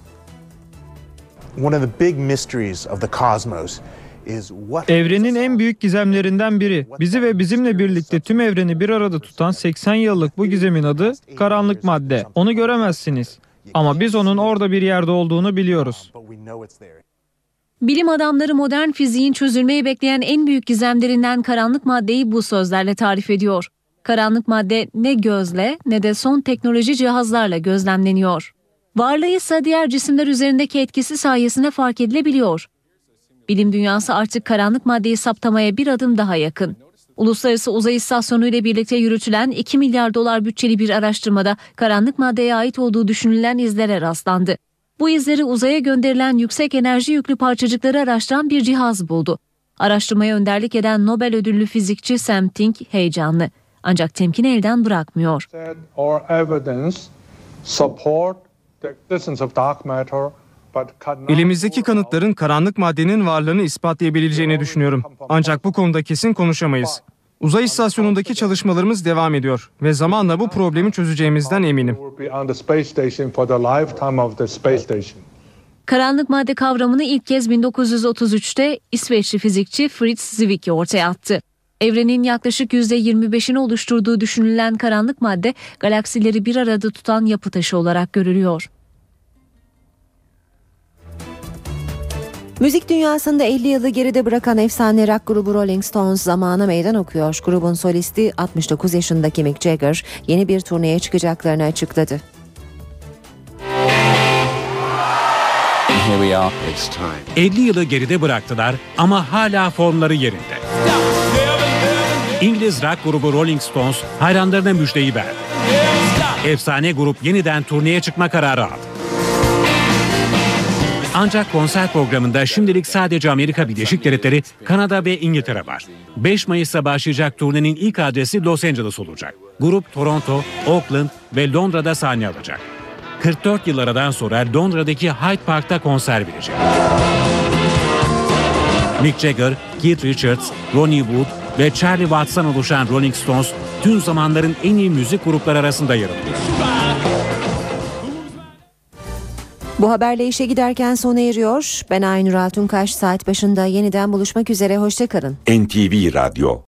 Evrenin en büyük gizemlerinden biri. Bizi ve bizimle birlikte tüm evreni bir arada tutan 80 yıllık bu gizemin adı karanlık madde. Onu göremezsiniz. Ama biz onun orada bir yerde olduğunu biliyoruz. Bilim adamları modern fiziğin çözülmeyi bekleyen en büyük gizemlerinden karanlık maddeyi bu sözlerle tarif ediyor. Karanlık madde ne gözle ne de son teknoloji cihazlarla gözlemleniyor. Varlığı ise diğer cisimler üzerindeki etkisi sayesinde fark edilebiliyor. Bilim dünyası artık karanlık maddeyi saptamaya bir adım daha yakın. Uluslararası Uzay İstasyonu ile birlikte yürütülen 2 milyar dolar bütçeli bir araştırmada karanlık maddeye ait olduğu düşünülen izlere rastlandı. Bu izleri uzaya gönderilen yüksek enerji yüklü parçacıkları araştıran bir cihaz buldu. Araştırmaya önderlik eden Nobel ödüllü fizikçi Sam Tink heyecanlı. Ancak temkini elden bırakmıyor. Elimizdeki kanıtların karanlık maddenin varlığını ispatlayabileceğini düşünüyorum. Ancak bu konuda kesin konuşamayız. Uzay istasyonundaki çalışmalarımız devam ediyor ve zamanla bu problemi çözeceğimizden eminim. Karanlık madde kavramını ilk kez 1933'te İsveçli fizikçi Fritz Zwicky ortaya attı. Evrenin yaklaşık %25'ini oluşturduğu düşünülen karanlık madde galaksileri bir arada tutan yapı taşı olarak görülüyor. Müzik dünyasında 50 yılı geride bırakan efsane rock grubu Rolling Stones zamana meydan okuyor. Grubun solisti 69 yaşındaki Mick Jagger yeni bir turneye çıkacaklarını açıkladı. 50 yılı geride bıraktılar ama hala formları yerinde. İngiliz rock grubu Rolling Stones hayranlarına müjdeyi verdi. Efsane grup yeniden turneye çıkma kararı aldı. Ancak konser programında şimdilik sadece Amerika Birleşik Devletleri, Kanada ve İngiltere var. 5 Mayıs'ta başlayacak turnenin ilk adresi Los Angeles olacak. Grup Toronto, Oakland ve Londra'da sahne alacak. 44 yıl aradan sonra Londra'daki Hyde Park'ta konser verecek. Mick Jagger, Keith Richards, Ronnie Wood ve Charlie Watts'tan oluşan Rolling Stones tüm zamanların en iyi müzik grupları arasında yer alıyor. Bu haberle işe giderken sona eriyor. Ben Aynur Altunkaş, saat başında yeniden buluşmak üzere. Hoşça kalın. NTV Radyo